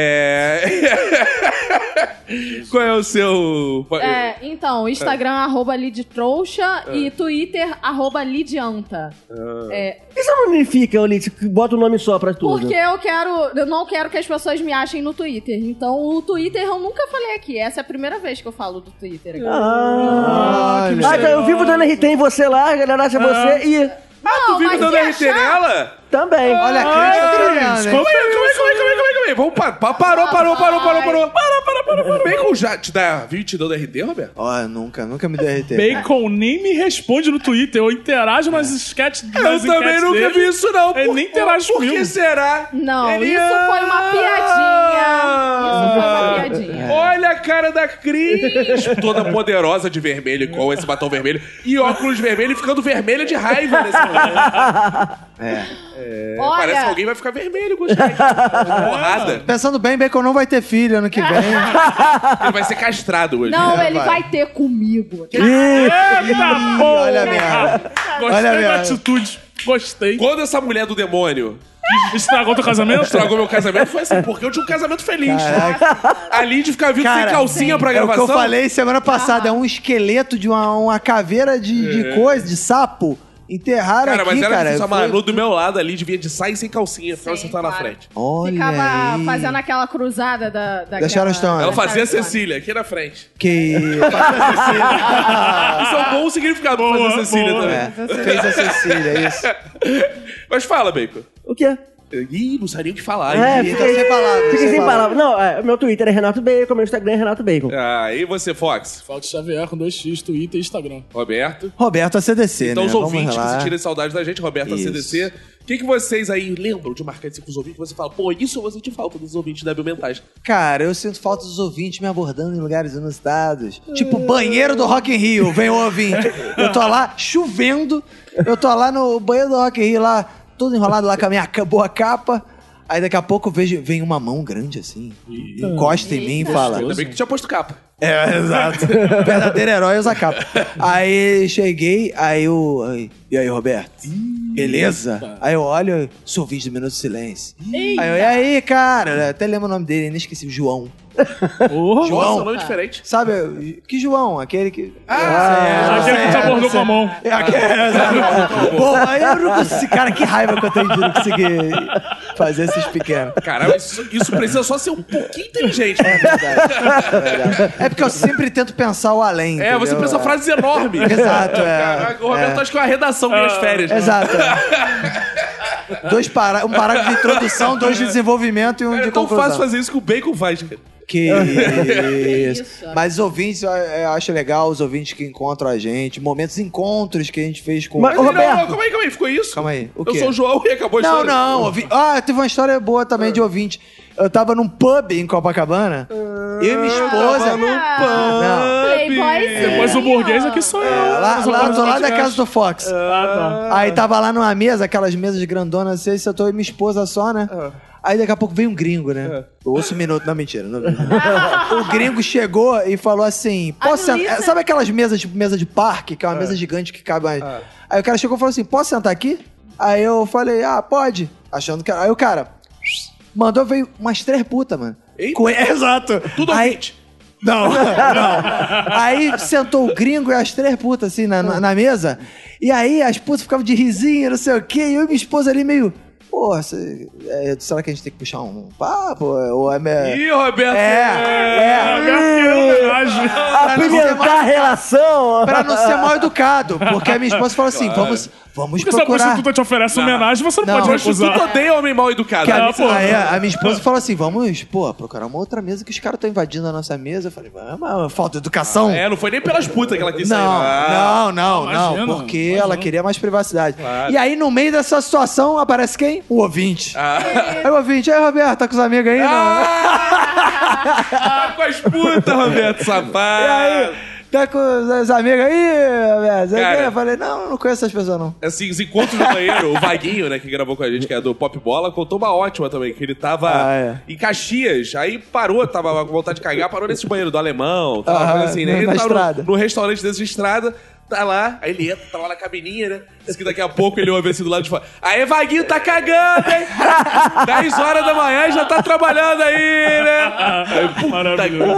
Qual é o seu... Então, Instagram, @Lid Trouxa e Twitter, @Lidianta. Isso não unifica, Olite, que bota o nome só pra tudo. Porque eu não quero que as pessoas me achem no Twitter. Então, o Twitter eu nunca falei aqui. Essa é a primeira vez que eu falo do Twitter aqui. Ah, então eu vivo dando RT em você lá, a galera acha você e... Tu vive mas dando se RT achar- nela? Também. Olha a Cris tá treinando, hein? Calma aí. Vamos parou. Bacon já te dá 20 dando RT, Roberto? Ó, nunca me deu RT. Bacon nem me responde no Twitter. Eu interajo nas sketches Eu nas também enquetes nunca dele. vi isso, não. Ele nem interage Por comigo. que será? Não, Ele isso foi uma piadinha. Olha a cara da Cris, toda poderosa de vermelho, com esse batom vermelho, e óculos vermelho, ficando vermelha de raiva nesse momento. Olha, Parece que alguém vai ficar vermelho com os caras. Porrada. Pensando bem, Bacon não vai ter filho ano que vem. Ele vai ser castrado hoje. não, ele vai. vai ter comigo. Eita, porra! Olha a merda. Gostei Olha a da merda. atitude. Gostei. Quando essa mulher do demônio Estragou teu casamento? estragou meu casamento, foi assim, porque eu tinha um casamento feliz. Caraca. A Lid ficava vindo sem Cara, calcinha pra É o que gravação. eu falei semana passada. É um esqueleto de uma caveira de coisa, de sapo. Enterraram Cara, aqui, mas era cara. difícil. A Foi- Manu do meu lado ali devia de sair sem calcinha, ficava Sim, sentada na claro. frente. Olha Ficava aí. fazendo aquela cruzada da Sharon Stone. Ela fazia a Sharon Stone. Cecília aqui na frente. Que... Isso é um bom significado pra fazer a Cecília boa. também. Fez a Cecília, isso. Mas fala, Bacon. O quê? Ih, não sabia nem o que falar. É, Ih. Então, sem palavras. Fiquei sem palavras. palavras. Não, meu Twitter é Renato Bacon, meu Instagram é Renato Bacon. Ah, e você, Fox? Fox Xavier com 2x, Twitter e Instagram. Roberto? Roberto ACDC, Então né? os Vamos ouvintes lá. que se tirem saudade da gente, Roberto Isso. CDC. O que vocês aí lembram de marcar com os ouvintes? Que você fala, pô, isso eu vou sentir falta dos ouvintes débil mentais. Cara, eu sinto falta dos ouvintes me abordando em lugares inusitados. Tipo, banheiro do Rock in Rio, vem o ouvinte. Eu tô lá chovendo, eu tô lá no banheiro do Rock in Rio, lá, todo enrolado lá com a minha boa capa. Aí daqui a pouco eu vejo, vem uma mão grande assim, encosta em mim e fala... Ainda bem que tu tinha posto capa. É, exato. O verdadeiro herói usa capa. Aí cheguei, e aí, Roberto? Beleza? Aí eu olho, sou ouvinte do Minuto de Silêncio. Aí eu, e aí, cara? Até lembro o nome dele, inesqueci, João. Porra! Nossa, nome diferente. Sabe, que João? Aquele que... Aquele que te abordou com a mão. Pô, aí eu não consegui... Cara, que raiva que eu tenho de não conseguir fazer esses pequenos. Caramba, isso precisa só ser um pouquinho inteligente. É porque eu sempre tento pensar o além, É, você entendeu? pensa frases enormes. Exato, é. Caraca, o Roberto acho que é uma redação minhas férias. né? Exato. Um parágrafo de introdução, 2 de desenvolvimento e um É de tão conclusão. fácil fazer isso que o Bacon faz, cara. Que isso. Isso. Mas os ouvintes, eu acho legal os ouvintes que encontram a gente, encontros que a gente fez com... Mas, Não, Roberto. calma aí, ficou isso? Calma aí, o Eu quê? sou o João e acabou a Não, história. não. Teve uma história boa também de ouvinte. Eu tava num pub em Copacabana. Eu e minha esposa. Não. Playboyzinho. Depois o burguês aqui sou eu. Lá, do lado da casa do Fox. Ah, tá. Aí tava lá numa mesa, aquelas mesas grandonas, assim, eu tô e minha esposa só, né? Aí daqui a pouco veio um gringo, né? Ouço um minuto, não, mentira. Não. O gringo chegou e falou assim: posso sentar? Luísa- Sabe aquelas mesas, tipo mesa de parque, que é uma mesa gigante que cabe mais. Aí o cara chegou e falou assim: posso sentar aqui? Aí eu falei, pode. Achando que era. Aí o cara mandou, veio umas 3 putas, mano. Eita. Exato. Tudo aí, ouvinte. não. Aí sentou o gringo e as 3 putas assim na mesa. E aí as putas ficavam de risinho, não sei o quê. E eu e minha esposa ali meio. Pô, será que a gente tem que puxar um papo? Ou é minha... Ih, Roberto. Homenagem. Apimentar a relação. Pra não ser mal educado. Porque a minha esposa falou assim: vamos Porque se a procurar. prostituta te oferece homenagem, você não pode Mas tu recusar. odeia homem mal educado. Que pô. a minha esposa falou assim: vamos, procurar uma outra mesa que os caras estão invadindo a nossa mesa. Eu falei, mas falta de educação. Não foi nem pelas putas que ela quis sair. Não, imagina, porque imagina. ela queria mais privacidade. Claro. E aí, no meio dessa situação, aparece quem? O ouvinte. Aí o ouvinte, aí, Roberto, tá com os amigos aí? Não? Com as putas, Roberto, E safado. aí, tá com os amigos aí, Roberto? Cara. Eu falei, não conheço essas pessoas, não. Assim, os encontros no banheiro, o Vaguinho, né, que gravou com a gente, que é do Pop Bola, contou uma ótima também, que ele tava em Caxias, aí parou, tava com vontade de cagar, parou nesse banheiro do Alemão, tava Aham, assim, né? na Ele tava estrada. no restaurante desse de estrada, tá lá, aí ele entra, tá lá na cabininha, né? Diz que daqui a pouco ele ouve assim do lado de fora. Aê, Vaguinho, tá cagando, hein? 10 horas da manhã e já tá trabalhando aí, né? Aí, puta que Maravilhoso.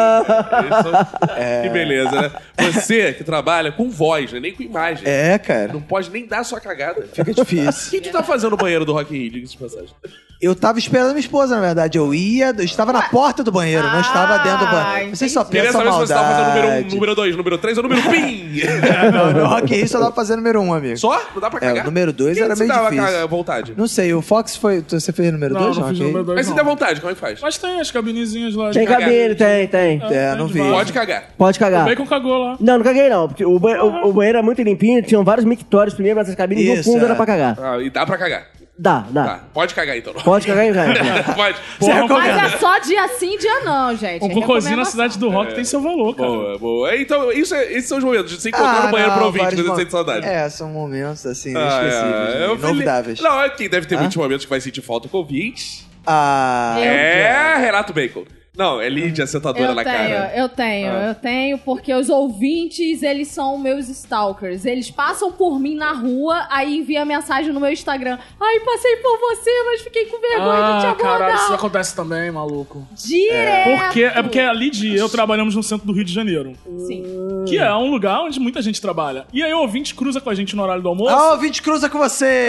Que beleza, né? Você que trabalha com voz, né? Nem com imagem. É, cara. Não pode nem dar a sua cagada. Fica difícil. O que tu tá fazendo no banheiro do Rock in Rio, diga-se de passagem? Eu tava esperando minha esposa, na verdade. Eu estava na porta do banheiro, não estava dentro do banheiro. Você só Queria pensa saber se você tava fazendo número 1, maldade. número 2, número 3 ou número PIN. Não, no Rock in Rio só dava pra fazer número 1, amigo. Só? Não dá pra cagar? O número 2 era meio Você difícil. dava vontade? Não sei, o Fox foi... Você fez número 2? Não fiz número 2, Mas se der vontade, como é que faz? Mas tem as cabinezinhas lá. Tem cagar. cabine, tem. Não vi. Pode cagar. Pode O cagar. Bacon cagou lá. Não caguei não, porque o banheiro é muito limpinho, tinham vários mictórios primeiro, mas as cabines no Isso, fundo é. era pra cagar. Ah, e dá pra cagar. Dá. Tá. Pode cagar então. Pode cagar em casa. Pode. Mas é só dia sim, dia não, gente. O É cocôzinho na recomendação. cidade do rock tem seu valor, cara. Boa, boa. Então, esses são os momentos de se encontrar no banheiro pro ouvinte, vários quando você momentos. sente saudade. É, são momentos assim, Ah, inesquecíveis, eu inovidáveis. Não, quem deve ter muitos momentos que vai sentir falta com ouvintes. Eu Renato Bacon. Não, é Lídia, sentadora na cara. Eu tenho, porque os ouvintes, eles são meus stalkers. Eles passam por mim na rua, aí envia mensagem no meu Instagram. Ai, passei por você, mas fiquei com vergonha de te abordar. Caralho, isso acontece também, maluco. Direto. Porque a Lid e eu trabalhamos no centro do Rio de Janeiro. Sim. Que é um lugar onde muita gente trabalha. E aí o ouvinte cruza com a gente no horário do almoço. Ah, o ouvinte cruza com você!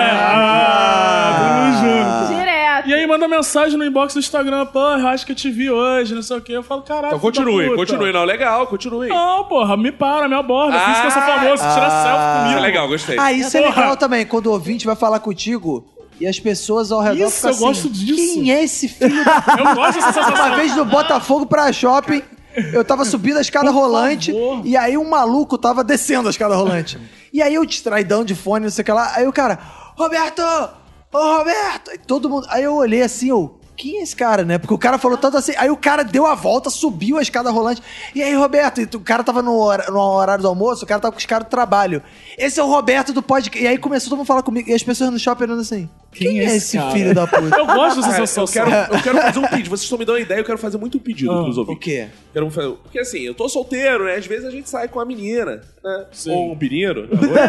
Tamo junto. Direto. E aí manda mensagem no inbox do Instagram, pô, eu acho que eu te vi hoje, não sei o quê. Eu falo, caralho. Então continue. Não, legal, continue. Não, porra, me aborda. Fiz que eu sou famoso, tira selfie comigo. Isso é legal, gostei. Ah, isso é Porra. legal também, quando o ouvinte vai falar contigo e as pessoas ao redor Isso, ficam eu assim, gosto disso. quem é esse filho da... Eu gosto dessa sensação. Uma vez no Botafogo pra shopping, eu tava subindo a escada rolante favor. e aí um maluco tava descendo a escada rolante. E aí eu distraidão de fone, não sei o que lá, aí o cara, Roberto! Ô, Roberto! Aí todo mundo... Aí eu olhei assim, quem é esse cara, né? Porque o cara falou tanto assim. Aí o cara deu a volta, subiu a escada rolante. E aí, Roberto? E o cara tava no horário do almoço, o cara tava com os caras do trabalho. Esse é o Roberto do podcast. E aí começou todo mundo a falar comigo. E as pessoas no shopping olhando assim. Quem é esse cara? filho da puta? Eu gosto dessa Cara, sensação. eu quero fazer um pedido. Vocês estão me dando uma ideia, eu quero fazer muito pedido pros O ouvintes. quê? Quero fazer... Porque assim, eu tô solteiro, né? Às vezes a gente sai com a menina, né? Sim. Ou um menino.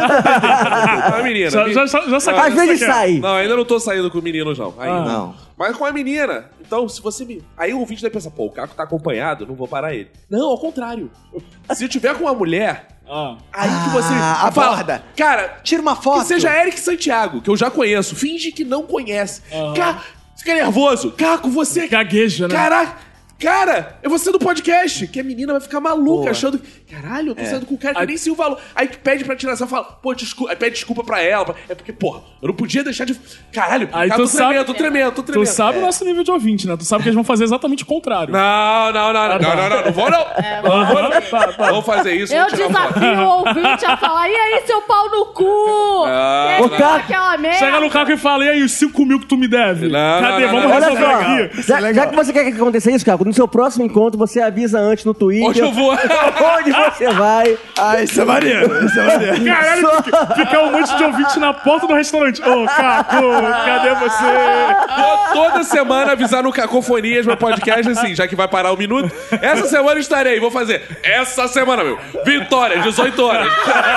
Uma menina. Já saquei Às isso vezes aqui. sai. Não, ainda não tô saindo com meninos, não. Ainda. Não. Mas com a menina. Então, se você me... Aí o ouvinte deve pensar, pô, o Caco tá acompanhado, não vou parar ele. Não, ao contrário. Se eu tiver com uma mulher, aí que você... aborda. Cara, Tira uma foto. que seja Eric Santiago, que eu já conheço. Finge que não conhece. Caco, fica nervoso. Caco, você... Gagueja, né? Caraca! Cara, é você do podcast, que a menina vai ficar maluca, achando que... Caralho, eu tô saindo com um cara que eu nem sei o valor. Aí pede pra tirar, você fala, pô, desculpa. Aí pede desculpa pra ela. É porque, porra, eu não podia deixar de... Caralho, Aí cara, tu sabe- tô tremendo. Tu sabe o nosso nível de ouvinte, né? Tu sabe que eles vão fazer exatamente o contrário. Não vou não. Não vou não. Vou fazer isso, Eu vou tirar uma foto. desafio o ouvinte a falar, e aí, seu pau no cu? Não, Quer dizer aquela merda? Chega no carro e fala, e aí, os 5 mil que tu me deve? Não, Cadê? não, Vamos não, resolver Olha aqui. só, já que você quer que aconteça isso, cara, no seu próximo encontro você avisa antes no Twitter. Onde eu vou? Onde você vai. Ah, isso é maneiro. Isso é maneiro. Caralho, fica um monte de ouvinte na porta do restaurante. Ô, Caco, cadê você? Vou toda semana avisar no Cacofonias, meu podcast, assim, já que vai parar um minuto. Essa semana estarei, vou fazer. Essa semana, meu. Vitória, 18 horas.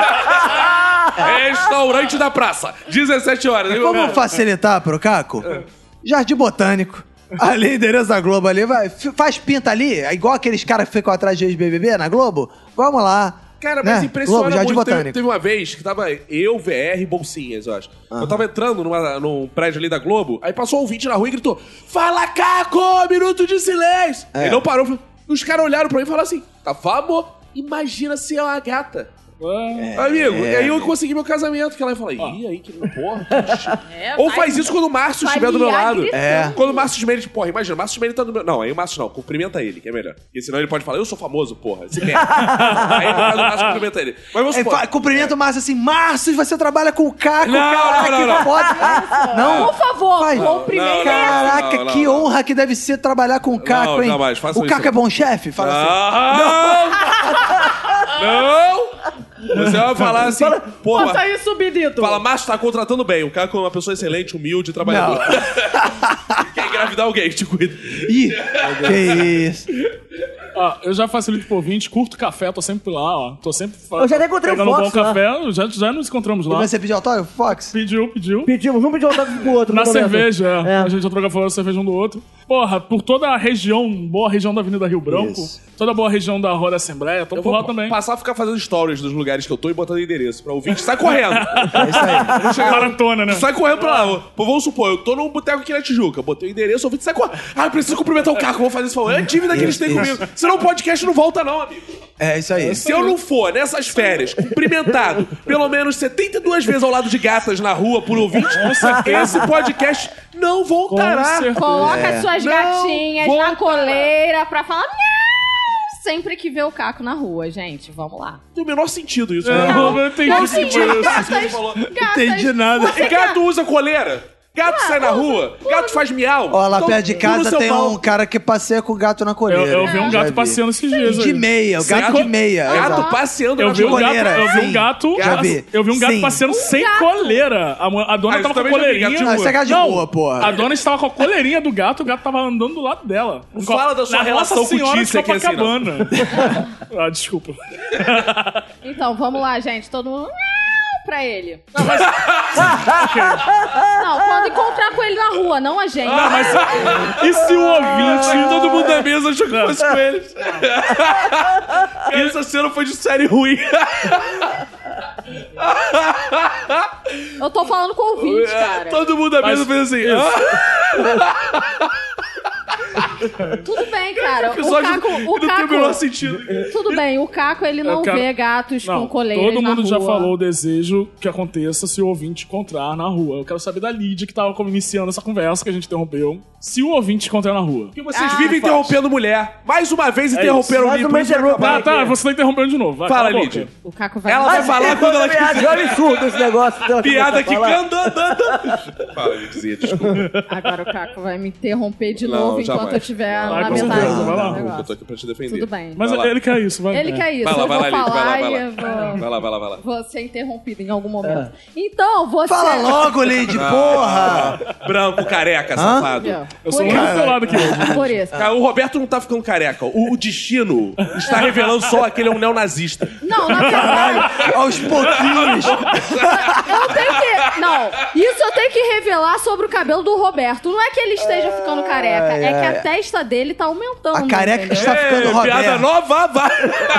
Restaurante da Praça, 17 horas. Vamos facilitar pro Caco? Jardim Botânico. Ali, endereço da Globo ali, vai, faz pinta ali, igual aqueles caras que ficam atrás de ex-BBB na Globo. Vamos lá. Cara, mas né? impressiona Globo, Jardim muito. Botânico. Teve uma vez que tava eu, VR e Bolsinhas, eu acho. Eu tava entrando num prédio ali da Globo, aí passou um ouvinte na rua e gritou: Fala, Caco! Minuto de silêncio! Ele não parou. Os caras olharam pra mim e falaram assim: Tá famoso? Imagina se é uma gata. Amigo, e aí eu consegui meu casamento. Que ela fala, ih, aí que porra. Ou faz isso quando o Márcio vai estiver do meu miar lado. gritando. Quando o Márcio Smeire, porra, imagina, o Márcio Smeire tá do meu. Não, aí o Márcio não, cumprimenta ele, que é melhor. Porque senão ele pode falar, eu sou famoso, porra. Esse merda. Aí no caso do Márcio cumprimenta ele. Mas vamos supor. Cumprimenta o Márcio assim, Márcio, você trabalha com o Caco, Não, caraca, não, não. que foda. Não? Por favor, Vai. cumprimenta. Caraca, Não, que não. honra que deve ser trabalhar com o Caco, Não, hein? jamais, façam O Caco isso. é bom chefe? Fala assim. Não! Você vai falar assim, porra. Faça isso, Benito. Fala, Márcio tá contratando bem. O Caco é uma pessoa excelente, humilde, trabalhador. Quer engravidar alguém, te cuida. Ih, que isso. Eu já facilito pro ouvinte, curto café, tô sempre lá, ó. Tô sempre Eu já até encontrei o pegando um bom Fox lá. café, já nos encontramos E lá. você pediu autógrafo, Fox? Pediu. Pedimos, vamos pedir um autógrafo pro outro. Na no momento. cerveja, É. a gente autografou a cerveja um do outro. porra, por toda a região, boa região da Avenida Rio Branco, Isso. toda a boa região da Rua da Assembleia, tô Eu por vou lá também. passar a ficar fazendo stories dos lugares que eu tô e botando endereço pra ouvinte. Sai correndo. É isso aí. Vou chegar- Maratona, né? Sai correndo pra lá. Pô, vamos supor, eu tô num boteco aqui na Tijuca. Botei o endereço, o ouvinte sai correndo. Ah, eu preciso cumprimentar o Caco, vou fazer isso. É a dívida que eles têm Isso. comigo. Senão o podcast não volta, não, amigo. É isso aí. Se eu não for nessas férias cumprimentado pelo menos 72 vezes ao lado de gatas na rua por ouvinte, esse podcast não voltará. Com certeza. Coloca suas Não gatinhas vou na coleira pra falar miau sempre que vê o Caco na rua, gente. Vamos lá. Tem o menor sentido isso. Eu não entendi Não, o sim, que foi isso. gatas, Entendi nada. Gato usa coleira. Gato sai na rua. Gato faz miau. Ó, lá Então, perto de tudo no casa seu tem pau. um cara que passeia com o gato na coleira. Eu vi um Já gato vi. passeando esses dias De aí. meia, o gato de meia. Gato exato. passeando Eu na vi um gato, coleira, eu vi sim. um gato, Já vi. eu vi um gato Sim. passeando sem gato. coleira. A dona Ah, isso tava com a também já vi, coleirinha. gato de Ah, isso é gato de Não, boa, porra. A dona estava com a coleirinha do gato, o gato tava andando do lado dela. Não fala da sua Na relação Nossa com o Senhora Tícia de aqui assim, não. Copacabana. Ah, desculpa. Então, vamos lá, gente. Todo mundo miau pra ele. Ok. Não, quando encontrar com ele na rua, não a gente. Não, mas e se o ouvinte... Todo mundo da mesa achou que fosse com eles. Essa cena foi de série ruim. Eu tô falando com o ouvinte, cara. Todo mundo da mesa fez assim. Tudo bem, cara. O episódio Caco, não tem o menor sentido. tudo bem. O Caco, ele não quero- vê gatos Não, com coleiras todo mundo na já rua. falou o desejo que aconteça se o ouvinte encontrar na rua. Eu quero saber da Lídia, que tava iniciando essa conversa que a gente interrompeu. Se o ouvinte encontrar na rua. Porque vocês vivem interrompendo mulher. Mais uma vez interromperam Mais mim. uma por isso que eu interrupção. acabei. Tá, você tá interrompendo de novo. Vai, Fala, cala a boca. Lídia. O Caco vai... Ela vai falar quando ela quiser. Que absurdo esse negócio. Piada que Fala. canta. Fala, Lidia, desculpa. Agora o Caco vai me interromper de Não, novo jamais. enquanto eu estiver Vai, na com metade certeza, do vai lá. Eu tô negócio. aqui pra te defender. Tudo bem. Mas Vai lá. ele quer isso, vai. Ele quer isso. Vai lá, Eu vai vou lá, Lídia. falar Vai e lá, eu vou... vai lá. Vou ser interrompido em algum momento. Então, você... Fala logo, Lid, porra! Branco, careca, safado. Eu sou Por muito isso. do seu lado aqui hoje. Por isso. Cara, o Roberto não tá ficando careca. O destino está revelando só que ele é um neonazista. Não, na verdade... Aos pouquinhos. Eu tenho que... Não, isso eu tenho que revelar sobre o cabelo do Roberto. Não é que ele esteja ficando careca, é que a testa dele tá aumentando. A careca entendeu? está ficando Roberto. Piada nova, vai.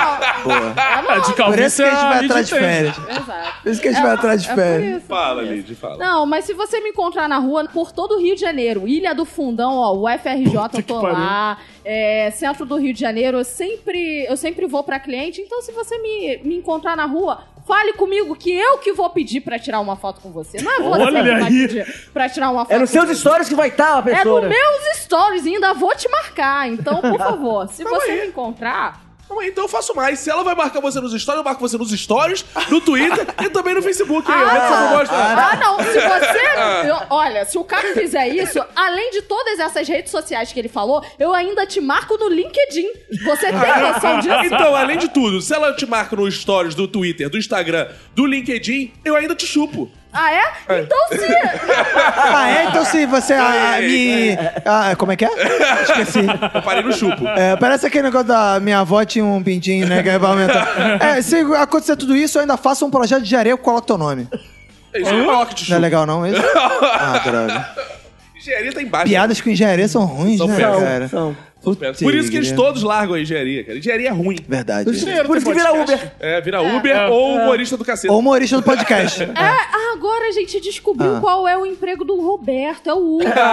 É, de Por calvície isso que a gente vai atrás de entende. férias. Exato. Por isso que a gente vai atrás de É férias. por isso. Fala, Lidia, fala. Não, mas se você me encontrar na rua, por todo o Rio de Janeiro, Ilha do Fundão, ó, o FRJ, eu tô que lá, centro do Rio de Janeiro, eu sempre vou pra cliente, então se você me encontrar na rua, fale comigo que eu que vou pedir pra tirar uma foto com você. Não é você Olha que vai aí. pedir pra tirar uma foto É nos com seus você. stories que vai estar a É pessoa. nos né? meus stories, ainda vou te marcar. Então, por favor, se você me encontrar... Calma aí, então eu faço mais. Se ela vai marcar você nos stories, eu marco você nos stories, no Twitter e também no Facebook. Não, se você... Olha, se o Caco fizer isso, além de todas essas redes sociais que ele falou, eu ainda te marco no LinkedIn. Você tem noção disso? Então, além de tudo, se ela te marca nos stories do Twitter, do Instagram, do LinkedIn, eu ainda te chupo. Ah, é? Então se... Ah, é? Então se você me... como é que é? Esqueci. Eu parei no chupo. É, parece aquele negócio da minha avó tinha um pintinho, né? Que vai aumentar. Se acontecer tudo isso, eu ainda faço um projeto de engenharia que coloco teu nome. É isso, é maior que te Não é chupo. legal, não? Isso? Ah, droga. Engenharia tá embaixo. Piadas com engenharia são ruins, São né, péssimas. cara? São. Putz, Por isso que eles grilo. todos largam a engenharia, cara. Engenharia é ruim. Verdade. Por isso que vira Uber. É, vira Uber ou humorista do cacete. Ou humorista do podcast. Agora a gente descobriu qual é o emprego do Roberto, é o Uber.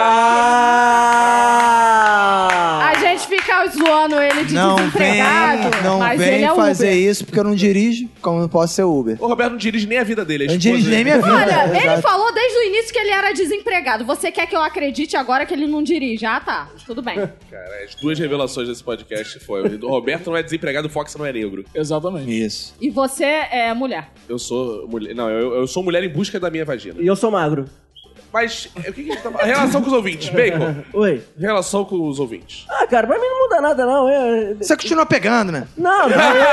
A gente fica zoando ele de desempregado, não mas vem ele é fazer Uber. isso porque eu não dirijo, como não posso ser Uber. O Roberto não dirige nem a vida dele. Eu não dirijo nem minha vida. Olha, ele exato. falou desde o início que ele era desempregado. Você quer que eu acredite agora que ele não dirige? Ah, tá. Tudo bem. Cara, as duas revelações desse podcast foi: o Roberto não é desempregado, o Fox não é negro. Exatamente. Isso. E você é mulher. Eu sou mulher. Não, eu sou mulher em busca da minha vagina. E eu sou magro. Mas o que a gente tá falando? Relação com os ouvintes. Bacon. Oi. Relação com os ouvintes. Ah, cara, pra mim não muda nada, não. Você continua pegando, né? Não,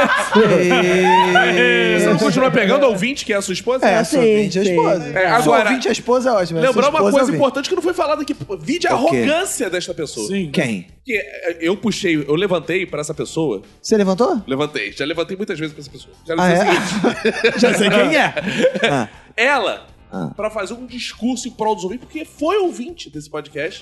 Você não continua pegando ouvinte, que é a sua esposa? É, sim, sua ouvinte é a sim. esposa. Agora- Sua ouvinte é a esposa é ótimo. Lembrar sua uma esposa é coisa ouvinte. importante que não foi falada aqui. Vide a O quê? arrogância desta pessoa. Sim. Quem? Que eu puxei, eu levantei pra essa pessoa. Você levantou? Levantei. Já levantei muitas vezes pra essa pessoa. Quero Ah, dizer é? o seguinte. Já sei quem é. Ela, pra fazer um discurso em prol dos ouvintes, porque foi ouvinte desse podcast.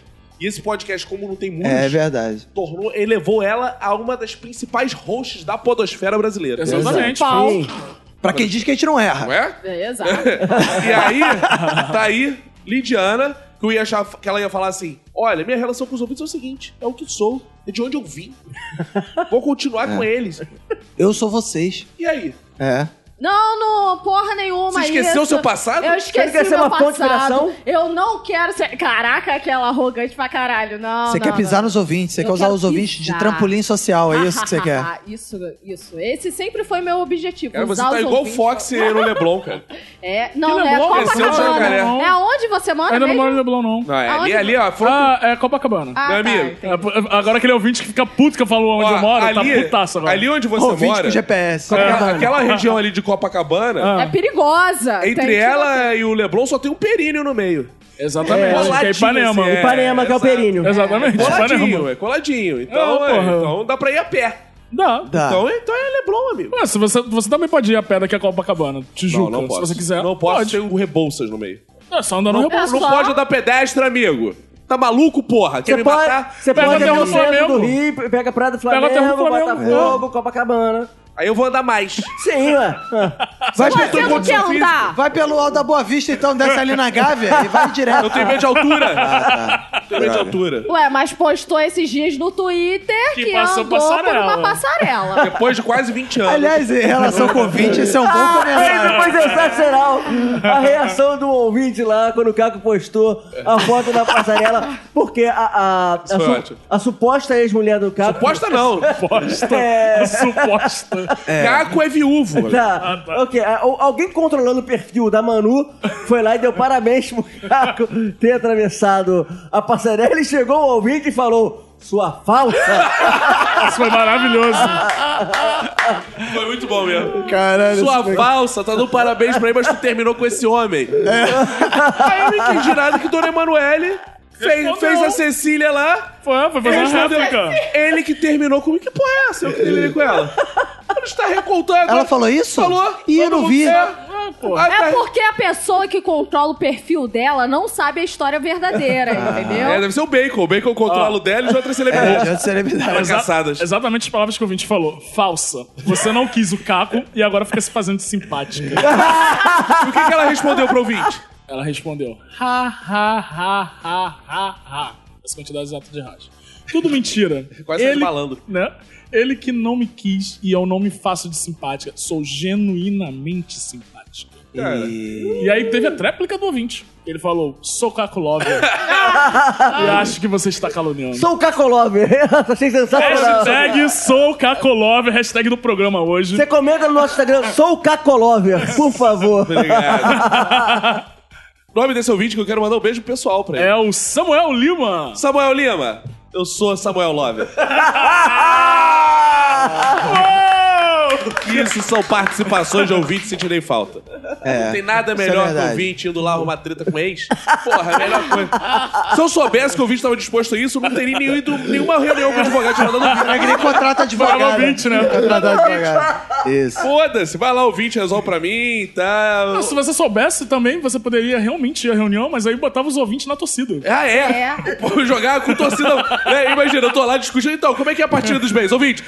E esse podcast, como não tem muros, É verdade. elevou ela a uma das principais hosts da podosfera brasileira. Exatamente. Pau. Sim. Pra quem diz que a gente não erra. Não é? É, exato. E aí, tá aí, Lidiana, que eu ia achar que ela ia falar assim: olha, minha relação com os ouvintes é o seguinte, é o que sou, é de onde eu vim. Vou continuar com eles. Eu sou vocês. E aí? É. Não, porra nenhuma. Você esqueceu isso. o seu passado? Eu Você esqueci quer ser meu uma fonte de passado. inspiração? Eu não quero ser... Caraca, aquela arrogante pra caralho. Não, Você não, quer pisar não. nos ouvintes, você Eu quer usar quero os ouvintes de pisar. trampolim social, é isso que você quer? Isso. Esse sempre foi meu objetivo. Cara, você usar tá os igual o ouvintes. Fox no Leblon, cara. Que Não é Leblon? Esse é o Jacaré. Copacabana. É onde você mora Ainda não mesmo? moro em Leblon, não. Não, é Aonde? ali, ó. É Copacabana. Ah, Meu tá, amigo. entendi. Agora aquele ouvinte que fica puto que eu falo onde Ó, eu moro, ali, tá putaço agora. ali onde você Ouvinte mora, com GPS. aquela região ali de Copacabana, É perigosa. entre Tem ela e o Leblon só tem um períneo no meio. Exatamente, Coladinho, que é Ipanema. assim, Ipanema, que é o exato. períneo. Exatamente, Coladinho, Ipanema. é coladinho. Então, porra. então dá pra ir a pé. Dá. Dá. Então é Leblon, amigo. Ué, se você também pode ir a pé daqui a Copacabana, Tijuca, Não posso. se você quiser. Não posso, pode. tem um Rebouças no meio. É só andar no Não, Rebouças. não só. pode andar pedestre, amigo. Tá maluco, porra? Quer me matar? Você Pega pode ir até no o centro Flamengo. do Rio, pega a Praia do Pega até o Flamengo, Flamengo. Botafogo, Copacabana. Aí eu vou andar mais. Sim, ué. Vai, Você tô em não condição quer física. andar? vai pelo Alto da Boa Vista, então, desce ali na Gávea e vai direto. Eu tenho medo de altura. Tenho medo de altura. Ué, mas postou esses dias no Twitter Que que passou andou por passarela. uma passarela. Depois de quase 20 anos. Aliás, em relação com ouvinte, esse é um bom Aí comentário. foi sensacional a reação do ouvinte lá quando o Caco postou a foto da passarela, porque Isso foi ótimo. a suposta ex-mulher do Caco... Suposta não. Suposta. É. Suposta. Caco é viúvo. Tá. Ok, alguém controlando o perfil da Manu foi lá e deu parabéns pro Caco ter atravessado a passarela e chegou o ouvinte e falou: sua falsa. Isso foi maravilhoso. Foi muito bom mesmo. Caralho. Sua isso foi- falsa, tá dando parabéns pra ele, mas tu terminou com esse homem. Aí eu não entendi nada que Dona Emanuele fez a Cecília lá. Foi fazer uma Respondeu, réplica. ele que terminou comigo. Que porra é essa? Eu que terminei com ela. Ela está recoltando. Ela falou isso? Falou. Ih, eu não vi. Porra. É porque a pessoa que controla o perfil dela não sabe a história verdadeira, entendeu? Deve ser o Bacon. O Bacon controla o dela e de outras É, celebridades. de celebridade. Caçadas. Exatamente as palavras que o ouvinte falou. Falsa. Você não quis o Caco e agora fica se fazendo de simpática. E o que ela respondeu pro ouvinte? Ela respondeu: ha. Essa quantidade exata de raios. Tudo mentira. Quase saiu malandro. Né? Ele que não me quis e eu não me faço de simpática. Sou genuinamente simpática. Cara, E aí teve a tréplica do ouvinte. Ele falou: sou Caco Lover. E acho que você está caluniando. Sou o Caco Lover. Achei sensacional. Hashtag sou Caco Lover, hashtag do programa hoje. Você comenta no nosso Instagram, sou o Caco Lover, por favor. obrigado. O nome desse ouvinte que eu quero mandar um beijo pessoal pra ele. É o Samuel Lima. Samuel Lima. Eu sou Samuel Lover. Isso são participações de ouvintes sentirem falta. Não tem nada melhor que verdade. ouvinte indo lá arrumar treta com ex. Porra, é a melhor coisa. Se eu soubesse que o ouvinte estava disposto a isso, eu não teria nem ido nenhuma reunião com o advogado te mandando Será que nem contrata advogado? Fala ouvinte, né? Contrata advogado. Isso. Foda-se, vai lá, ouvinte, resolve pra mim e tal. Se você soubesse também, você poderia realmente ir à reunião, mas aí botava os ouvintes na torcida. Ah, é? Pô, jogar com torcida. Imagina, eu tô lá discutindo. Então, como é que é a partida dos bens? Ouvinte.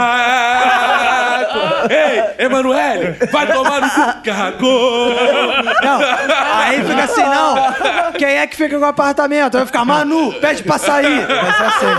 Caco! Ei, Emanuele, vai tomar no cu. Caco! Não, aí fica assim, não. Quem é que fica com o apartamento? Aí vai ficar, Manu, pede pra sair. Vai ser assim.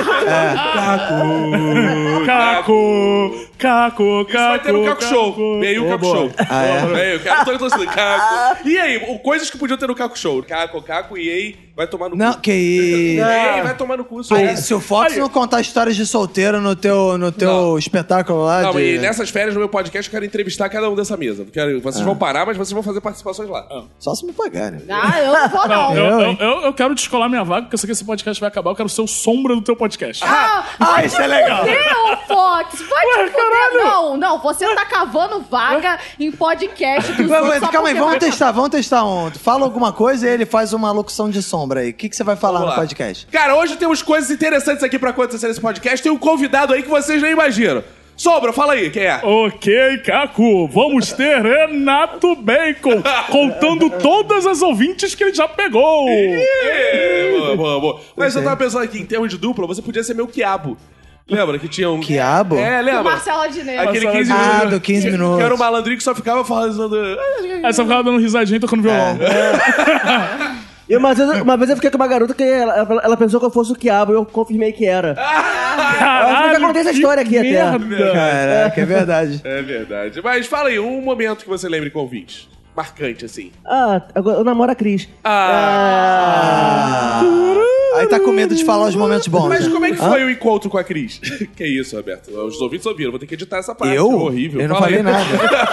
Caco. Isso vai ter no Caco Show. Meio Caco Show. Ah, é? Meio, eu quero toda a torcida. Caco. E aí, coisas que podiam ter no Caco Show. Caco, e aí, vai tomar no Não, cu. que isso. Ei, vai tomar no cu. Aí, se o Fox não contar histórias de solteiro no teu espetáculo lá Não, de... e nessas férias no meu podcast eu quero entrevistar cada um dessa mesa. Vocês vão parar, mas vocês vão fazer participações lá. Só se me pagarem. Ah, eu não vou, não. Eu quero descolar minha vaga, porque eu sei que esse podcast vai acabar. Eu quero ser o sombra do teu podcast. Ah, isso é legal. Meu, Fox, vai te fuder. Não, você tá cavando vaga em podcast dos outros só Calma aí, porque vamos testar um. Fala alguma coisa e ele faz uma locução de sombra aí. O que você vai falar Vamos no lá. podcast? Cara, hoje temos coisas interessantes aqui pra acontecer nesse podcast. Tem um convidado aí que vocês nem imaginam. Sombra, fala aí, quem é? Ok, Caco, vamos ter Renato Bacon contando todas as ouvintes que ele já pegou. Boa. Mas eu tava pensando aqui, em termos de dupla, você podia ser meu quiabo. Lembra que tinha um... Quiabo? É, O lembra? Marcelo Adnet. Aquele 15 Marcelo minutos. Ah, do 15 minutos. Que era um malandrinho que só ficava falando... Aí você ficava dando risadinha e tocando violão. Uma vez eu fiquei com uma garota que ela pensou que eu fosse o quiabo e eu confirmei que era. Caralho, Eu já contei essa história aqui até. merda. Caraca, é verdade. É verdade. Mas fala aí, um momento que você lembre com ouvintes. Marcante, assim. Agora eu namoro a Cris. Aí tá com medo de falar os momentos bons. Mas né? como é que foi o encontro com a Cris? Que isso, Roberto? Os ouvintes ouviram, vou ter que editar essa parte. Eu? Horrível. Eu não Fala falei aí. nada.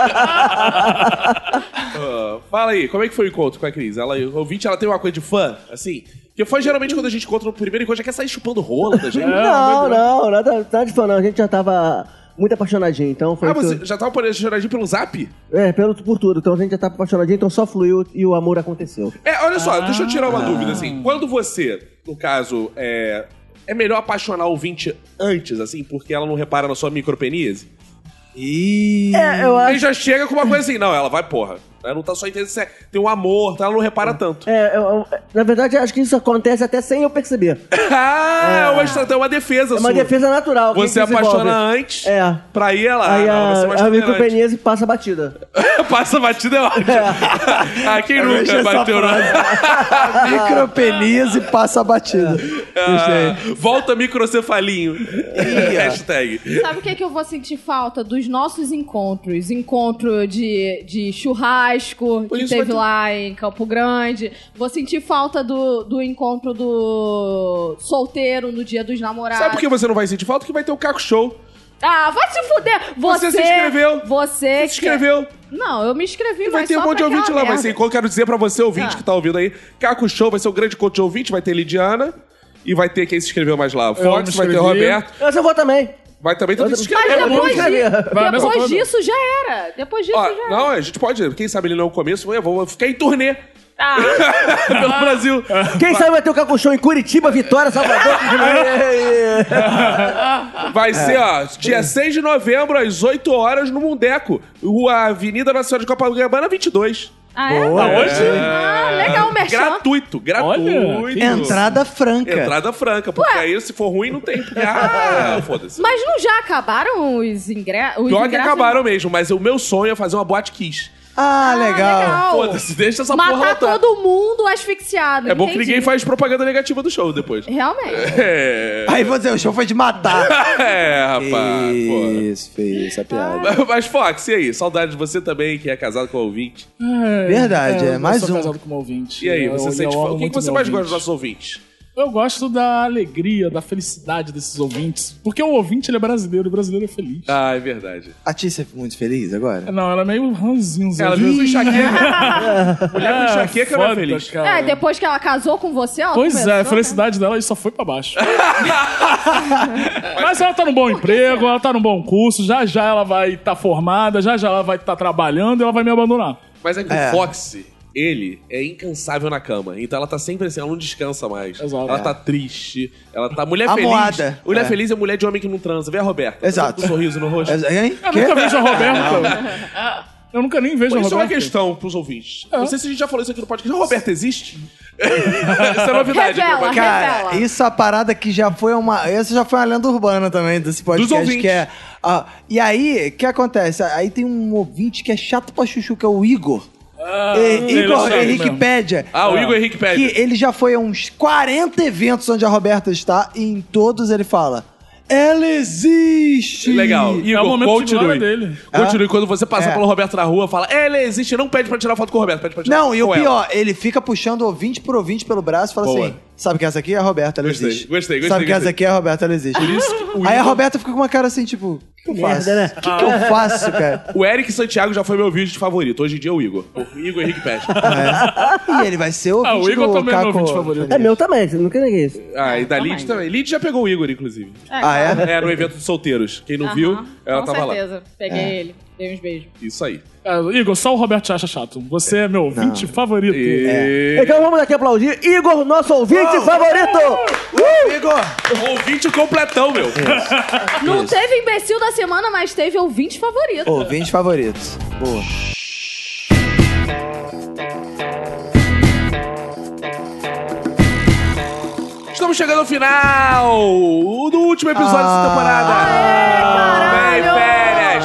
Fala aí, como é que foi o encontro com a Cris? O ouvinte, ela tem uma coisa de fã, assim? Porque foi geralmente quando a gente encontra no primeiro encontro, já quer sair chupando rola da gente. Não, nada de fã, não. A gente já tava muito apaixonadinho, então foi... Você já tava apaixonadinho pelo Zap? por tudo. Então a gente já tava apaixonadinho, então só fluiu e o amor aconteceu. Olha só, deixa eu tirar uma dúvida, assim. Quando você, no caso, é melhor apaixonar o ouvinte antes, assim, porque ela não repara na sua micropeníase? Eu Aí acho... já chega com uma coisa assim, não, ela vai, porra. Ela não tá só entendendo se tem um amor, ela não repara tanto. Na verdade, acho que isso acontece até sem eu perceber. É uma defesa É sua. uma defesa natural. que Você desenvolve. apaixona antes, pra ir ela. Aí vai ser mais a tolerante. micropeníase passa a batida. Passa a batida é ótimo. Quem Eu achei nunca essa bateu na... Micropeníase passa a batida. Volta microcefalinho. Hashtag. Sabe o que eu vou sentir falta? Dos nossos encontros. Encontro de churrasco que Isso teve vai ter- lá em Campo Grande. Vou sentir falta do encontro do solteiro no Dia dos Namorados. Sabe por que você não vai sentir falta? Que vai ter o Caco Show. Ah, vai se fuder! Você se inscreveu. Você Se inscreveu. Não, eu me inscrevi, Vai mas ter um só monte de pra ouvinte aquela lá. Vai merda. ser encontro. Quero dizer pra você, ouvinte, que tá ouvindo aí. Caco Show vai ser o grande encontro de ouvinte. Vai ter Lidiana. E vai ter quem se inscreveu mais lá. O me Fox, vai ter o inscrevi. Roberto. Eu vou também. Vai também todo mundo se Mas inscrever. depois, Vai, mesma coisa. disso já era. Depois disso Ó, já era. não, a gente pode. Quem sabe ele não é o começo. Eu vou ficar em turnê Ah, pelo Brasil. Quem sabe vai ter o Caco Show em Curitiba, Vitória, Salvador. Vai ser, dia 6 de novembro, às 8 horas, no Mundeco. Rua Avenida Nacional de Copacabana, 22. ah, é? Boa. Aonde? Ah, legal, merchan. Gratuito. Olha, Entrada franca. Entrada franca, porque aí se for ruim não tem. Foda-se. Mas não já acabaram os ingressos? Pior que acabaram mesmo, mas o meu sonho é fazer uma boate Kiss. Ah, legal. Foda-se, deixa essa porra Matar lotar. todo mundo asfixiado. É bom que entendi. ninguém faz propaganda negativa do show depois. Realmente. Aí vou dizer, o show foi de matar. Rapaz. Pô. Isso, fez essa piada. Mas, Fox, e aí? Saudade de você também, que é casado com o ouvinte. Verdade, é eu mais sou um. casado com um ouvinte. E aí, Eu- você eu sente... amo O que muito você meu mais gosta ouvinte. dos nossos ouvintes? Eu gosto da alegria, da felicidade desses ouvintes. Porque o ouvinte, ele é brasileiro, o brasileiro é feliz. Ah, é verdade. A Tícia é muito feliz agora? Não, ela é meio ranzinza. Ela viu com enxaqueca. Mulher com enxaqueca não é feliz. Cara. É, depois que ela casou com você, ela Pois começou, é, a né? felicidade dela só foi pra baixo. Mas ela tá num bom emprego, ela tá num bom curso, já já ela vai estar formada, já já ela vai estar trabalhando e ela vai me abandonar. Mas é que o Fox, ele é incansável na cama. Então ela tá sempre assim, ela não descansa mais. Exato. Ela tá triste, ela tá... Mulher Amuada. feliz. Mulher É. feliz é mulher de homem que não transa. Vê a Roberta. Exato. Com um sorriso no rosto. Hein? Eu nunca vejo a Roberta. Eu nunca nem vejo a Isso é uma Roberta. questão pros ouvintes. Não sei se a gente já falou isso aqui no podcast. A Roberta existe? Isso é novidade. Revela. Roberta. Cara, Revela. isso é a parada que já foi uma... Essa já foi uma lenda urbana também desse podcast. Dos ouvintes. Que é... e aí, o que acontece? Aí tem um ouvinte que é chato pra chuchu, que é o Igor. ele é Igor chato Henrique mesmo. Pédia. Ah, o Igor Henrique pede. Que ele já foi a uns 40 eventos onde a Roberta está e em todos ele fala: ela existe! Legal. É o Igor, momento de glória continue. dele. Continue. Quando você passar É. pelo Roberto na rua, fala, ela existe. Não pede pra tirar foto com o Roberto, pede pra tirar Não, foto e o com ela. pior, ele fica puxando ouvinte por ouvinte pelo braço e fala Boa. assim: sabe que essa aqui é a Roberta, ela Gostei, existe. gostei, Sabe que gostei. essa aqui é a Roberta, ela existe. Por isso que o Aí a Igor- Roberta fica com uma cara assim, tipo, o que eu faço? Merda, né? O que eu faço, cara? O Eric Santiago já foi meu vídeo favorito. Hoje em dia é o Igor. O Igor Henrique Pede. E ele vai ser o Ah, o Igor também é meu ouvinte favorito. É meu também, você nunca neguei isso. Ah, e da também. Lid também. Lid já pegou o Igor, inclusive. Ah, é? É, no evento de solteiros. Quem não viu, ela com tava lá. certeza. Peguei ele. Dei uns beijos. Isso aí. Igor, só o Roberto te acha chato. Você é meu ouvinte favorito. Então vamos aqui aplaudir Igor, nosso ouvinte favorito! Igor! Ouvinte completão, meu. Não teve imbecil da semana, mas teve ouvintes favoritos. Ouvintes favoritos. Boa. Estamos chegando ao final do último episódio dessa temporada. Vem férias,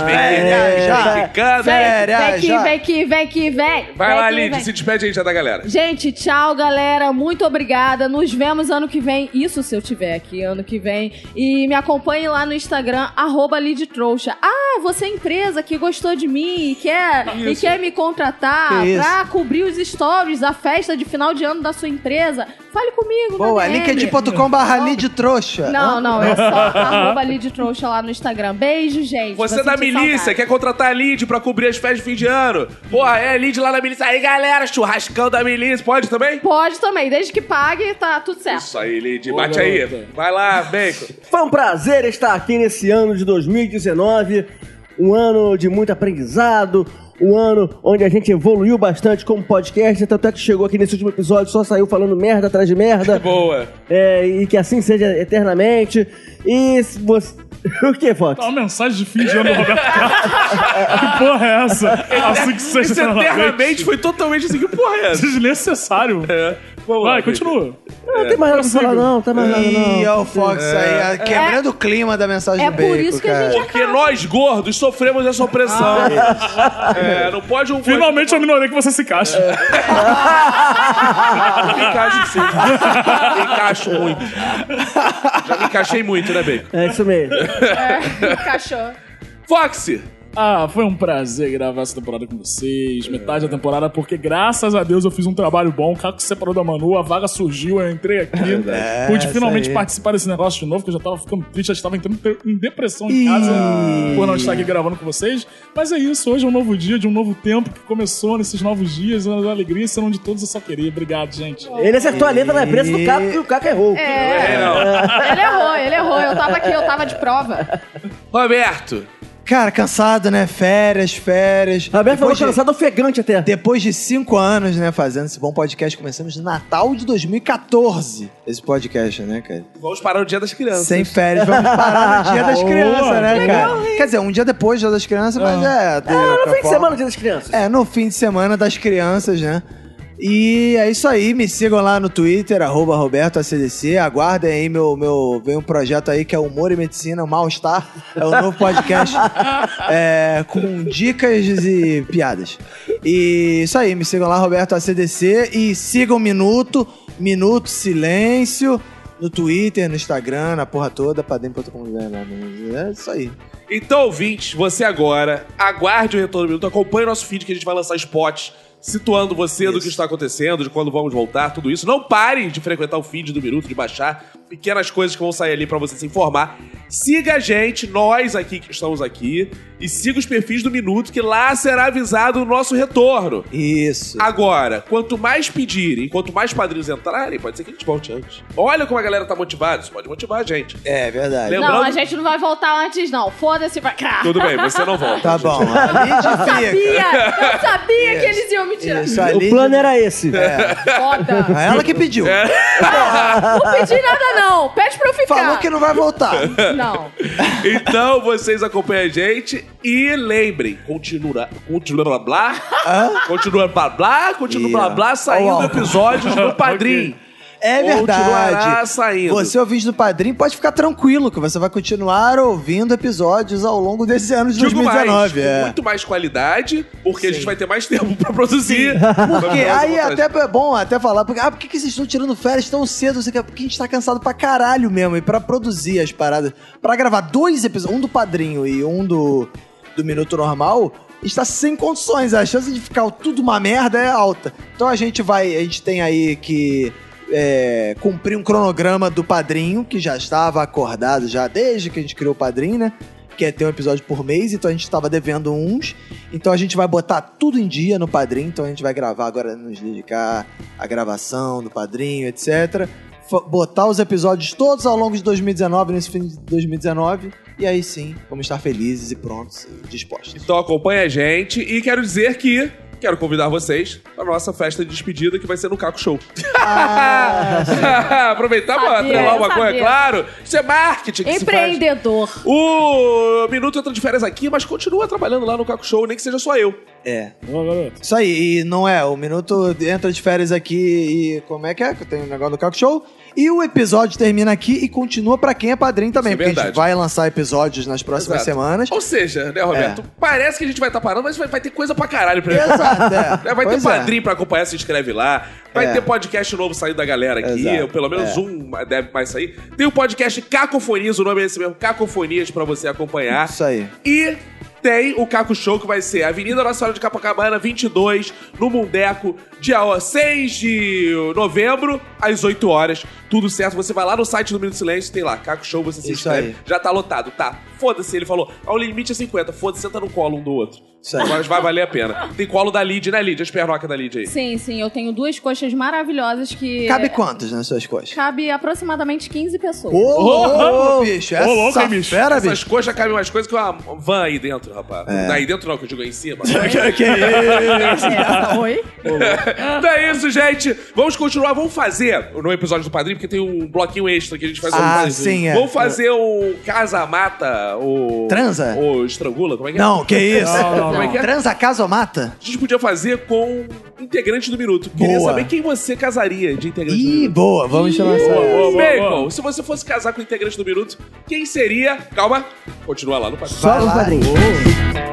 Vem que vem. Vai lá, Lid, se despede aí já da galera. Gente, tchau, galera. Muito obrigada. Nos vemos ano que vem. Isso se eu tiver aqui ano que vem. E me acompanhe lá no Instagram, @LidTrouxa. Você é empresa que gostou de mim e quer me contratar pra cobrir os stories da festa de final de ano da sua empresa. Fale comigo, Boa, linkedin.com/LidTrouxa. Não, é só @LidTrouxa lá no Instagram. Beijo, gente. Você da milícia, quer contratar a Lid pra cobrir as festas de fim de ano? Porra, Lid lá na milícia. Aí, galera, churrascão da milícia. Pode também? Pode também, desde que pague, tá tudo certo. Isso aí, Lid. Bate aí. Vai lá, Bacon. Foi um prazer estar aqui nesse ano de 2019. Um ano de muito aprendizado. Um ano onde a gente evoluiu bastante como podcast. Tanto é que chegou aqui nesse último episódio, só saiu falando merda atrás de merda. Boa. E que assim seja eternamente. E se você... O que, Fox? Tá uma mensagem de fim de ano do Roberto Carlos. Que porra é essa? Assim que seja Isso eternamente foi totalmente assim. Que porra é essa? Desnecessário. Vai, continua. Não tem mais nada pra falar, não. Tá mais nada, não. E o Fox aí, quebrando o clima da mensagem do Bacon, por isso que a gente Porque nós gordos sofremos essa opressão. Não pode um... Finalmente eu minoria que você se encaixa. Me encaixo sim. Me encaixo muito. Já me encaixei muito, né, Bacon? É isso mesmo. Encaixou. Foxy! Foi um prazer gravar essa temporada com vocês. Metade da temporada, porque graças a Deus eu fiz um trabalho bom. O Caco se separou da Manu, a vaga surgiu, eu entrei aqui. Pude finalmente participar desse negócio de novo, que eu já tava ficando triste, já estava entrando em depressão em casa por não estar aqui gravando com vocês. Mas é isso, hoje é um novo dia, de um novo tempo que começou nesses novos dias, uma alegria, sendo de todos eu só queria. Obrigado, gente. Ele acertou a letra na empresa do Caco e o Caco errou. Ele errou. Eu tava aqui, eu tava de prova. Roberto! Cara, cansado, né? Férias. Roberto falou cansado, ofegante até. Depois de 5 anos, né, fazendo esse bom podcast, começamos no Natal de 2014. Esse podcast, né, cara? Vamos parar no Dia das Crianças. Sem férias, vamos parar no Dia das Crianças, né, cara? Quer dizer, um dia depois do Dia das Crianças, mas no fim de semana, Dia das Crianças. No fim de semana das crianças, né? E é isso aí, me sigam lá no Twitter, @RobertoACDC. Aguardem aí vem um projeto aí que é Humor e Medicina, o Mal-Estar. É um novo podcast com dicas e piadas. E isso aí, me sigam lá, RobertoACDC. E sigam Minuto Silêncio, no Twitter, no Instagram, na porra toda, padrim.com.br. É isso aí. Então, ouvintes, você agora aguarde o retorno do Minuto, acompanhe o nosso feed que a gente vai lançar spots situando você do que está acontecendo, de quando vamos voltar, tudo isso. Não pare de frequentar o feed do Minuto, de baixar pequenas coisas que vão sair ali pra você se informar. Siga a gente, nós aqui que estamos aqui, e siga os perfis do Minuto, que lá será avisado o nosso retorno. Isso. Agora, quanto mais pedirem, quanto mais padrinhos entrarem, pode ser que a gente volte antes. Olha como a galera tá motivada, isso pode motivar a gente. É verdade. Lembrando... Não, a gente não vai voltar antes, não. Foda-se pra cá. Tudo bem, você não volta. Tá bom. Eu sabia que eles iam me tirar. Isso, O plano era esse. Foda. Ela que pediu. Não pedi nada, não. Pede pra eu ficar. Falou que não vai voltar. Não. Então, vocês acompanham a gente e lembrem, continua blá blá, continua blá blá, continua blá blá, saindo episódios do Padrim. É Continuará verdade. saindo. Você, ouvinte do Padrim, pode ficar tranquilo que você vai continuar ouvindo episódios ao longo desse ano de 2019. Com muito mais qualidade, porque a gente vai ter mais tempo pra produzir. Porque aí até é bom até falar, porque, por que vocês estão tirando férias tão cedo? Porque a gente tá cansado pra caralho mesmo. E pra produzir as paradas, pra gravar 2 episódios, um do Padrinho e um do Minuto Normal, está sem condições. A chance de ficar tudo uma merda é alta. Então a gente tem aí que cumprir um cronograma do Padrinho, que já estava acordado já desde que a gente criou o Padrinho, né? Que é ter um episódio por mês, então a gente estava devendo uns. Então a gente vai botar tudo em dia no Padrinho, então a gente vai gravar agora, nos dedicar à gravação do Padrinho, etc. Botar os episódios todos ao longo de 2019, nesse fim de 2019, e aí sim, vamos estar felizes e prontos e dispostos. Então acompanha a gente e quero dizer que quero convidar vocês para nossa festa de despedida que vai ser no Caco Show. Aproveitar para atrelar uma coisa, claro. Isso é marketing que Empreendedor. se faz. O Minuto entra de férias aqui, mas continua trabalhando lá no Caco Show, nem que seja só eu. Boa, garoto. Isso aí, e não é, o Minuto entra de férias aqui e como é que é? Tem um negócio do Caco Show. E o episódio termina aqui e continua pra quem é padrinho também, Isso é porque a verdade. gente vai lançar episódios nas próximas Exato. semanas. Ou seja, né, Roberto? Parece que a gente vai estar parando, mas vai ter coisa pra caralho pra Exato, é. Vai ter Pois padrinho pra acompanhar, se inscreve lá. Vai ter podcast novo saindo da galera aqui. Exato. Pelo menos um deve mais sair. Tem o podcast Cacofonias, o nome é esse mesmo, Cacofonias, pra você acompanhar. Isso aí. E tem o Caco Show, que vai ser Avenida Nossa Senhora de Copacabana, 22, no Mundeco, dia 6 de novembro, às 8 horas. Tudo certo. Você vai lá no site do Minuto de Silêncio, tem lá, Caco Show, você se Isso inscreve. aí. Já tá lotado, tá? Foda-se, ele falou. O limite é 50, foda-se, senta no colo um do outro. Isso aí. Mas vai valer a pena. Tem colo da Lid, né, Lid? As pernocas da Lid aí. Sim, eu tenho 2 coxas maravilhosas que... Cabe quantos nas suas coxas? Cabe aproximadamente 15 pessoas. Ô, bicho, essa louco, hein, bicho? fera, Essas bicho. coxas cabem mais coisas que uma van aí dentro, rapaz. Não, aí dentro não, que eu digo aí em cima. Que isso? Oi? Então é isso, gente. Vamos continuar. Vamos fazer no episódio do Padrinho, porque tem um bloquinho extra que a gente faz. Sim, é. Vamos fazer o Casa-Mata, o... Transa? O Estrangula, como é que é? Não, que isso? Não. Como é que é? Transa, casa ou mata? A gente podia fazer com integrante do Minuto. Queria Boa. saber quem você casaria de integrante do Ih, Minuto. boa, vamos chamar essa. Boa. Bacon, se você fosse casar com o integrante do Minuto, quem seria? Calma, continua lá no Padrinho. Só no padrinho.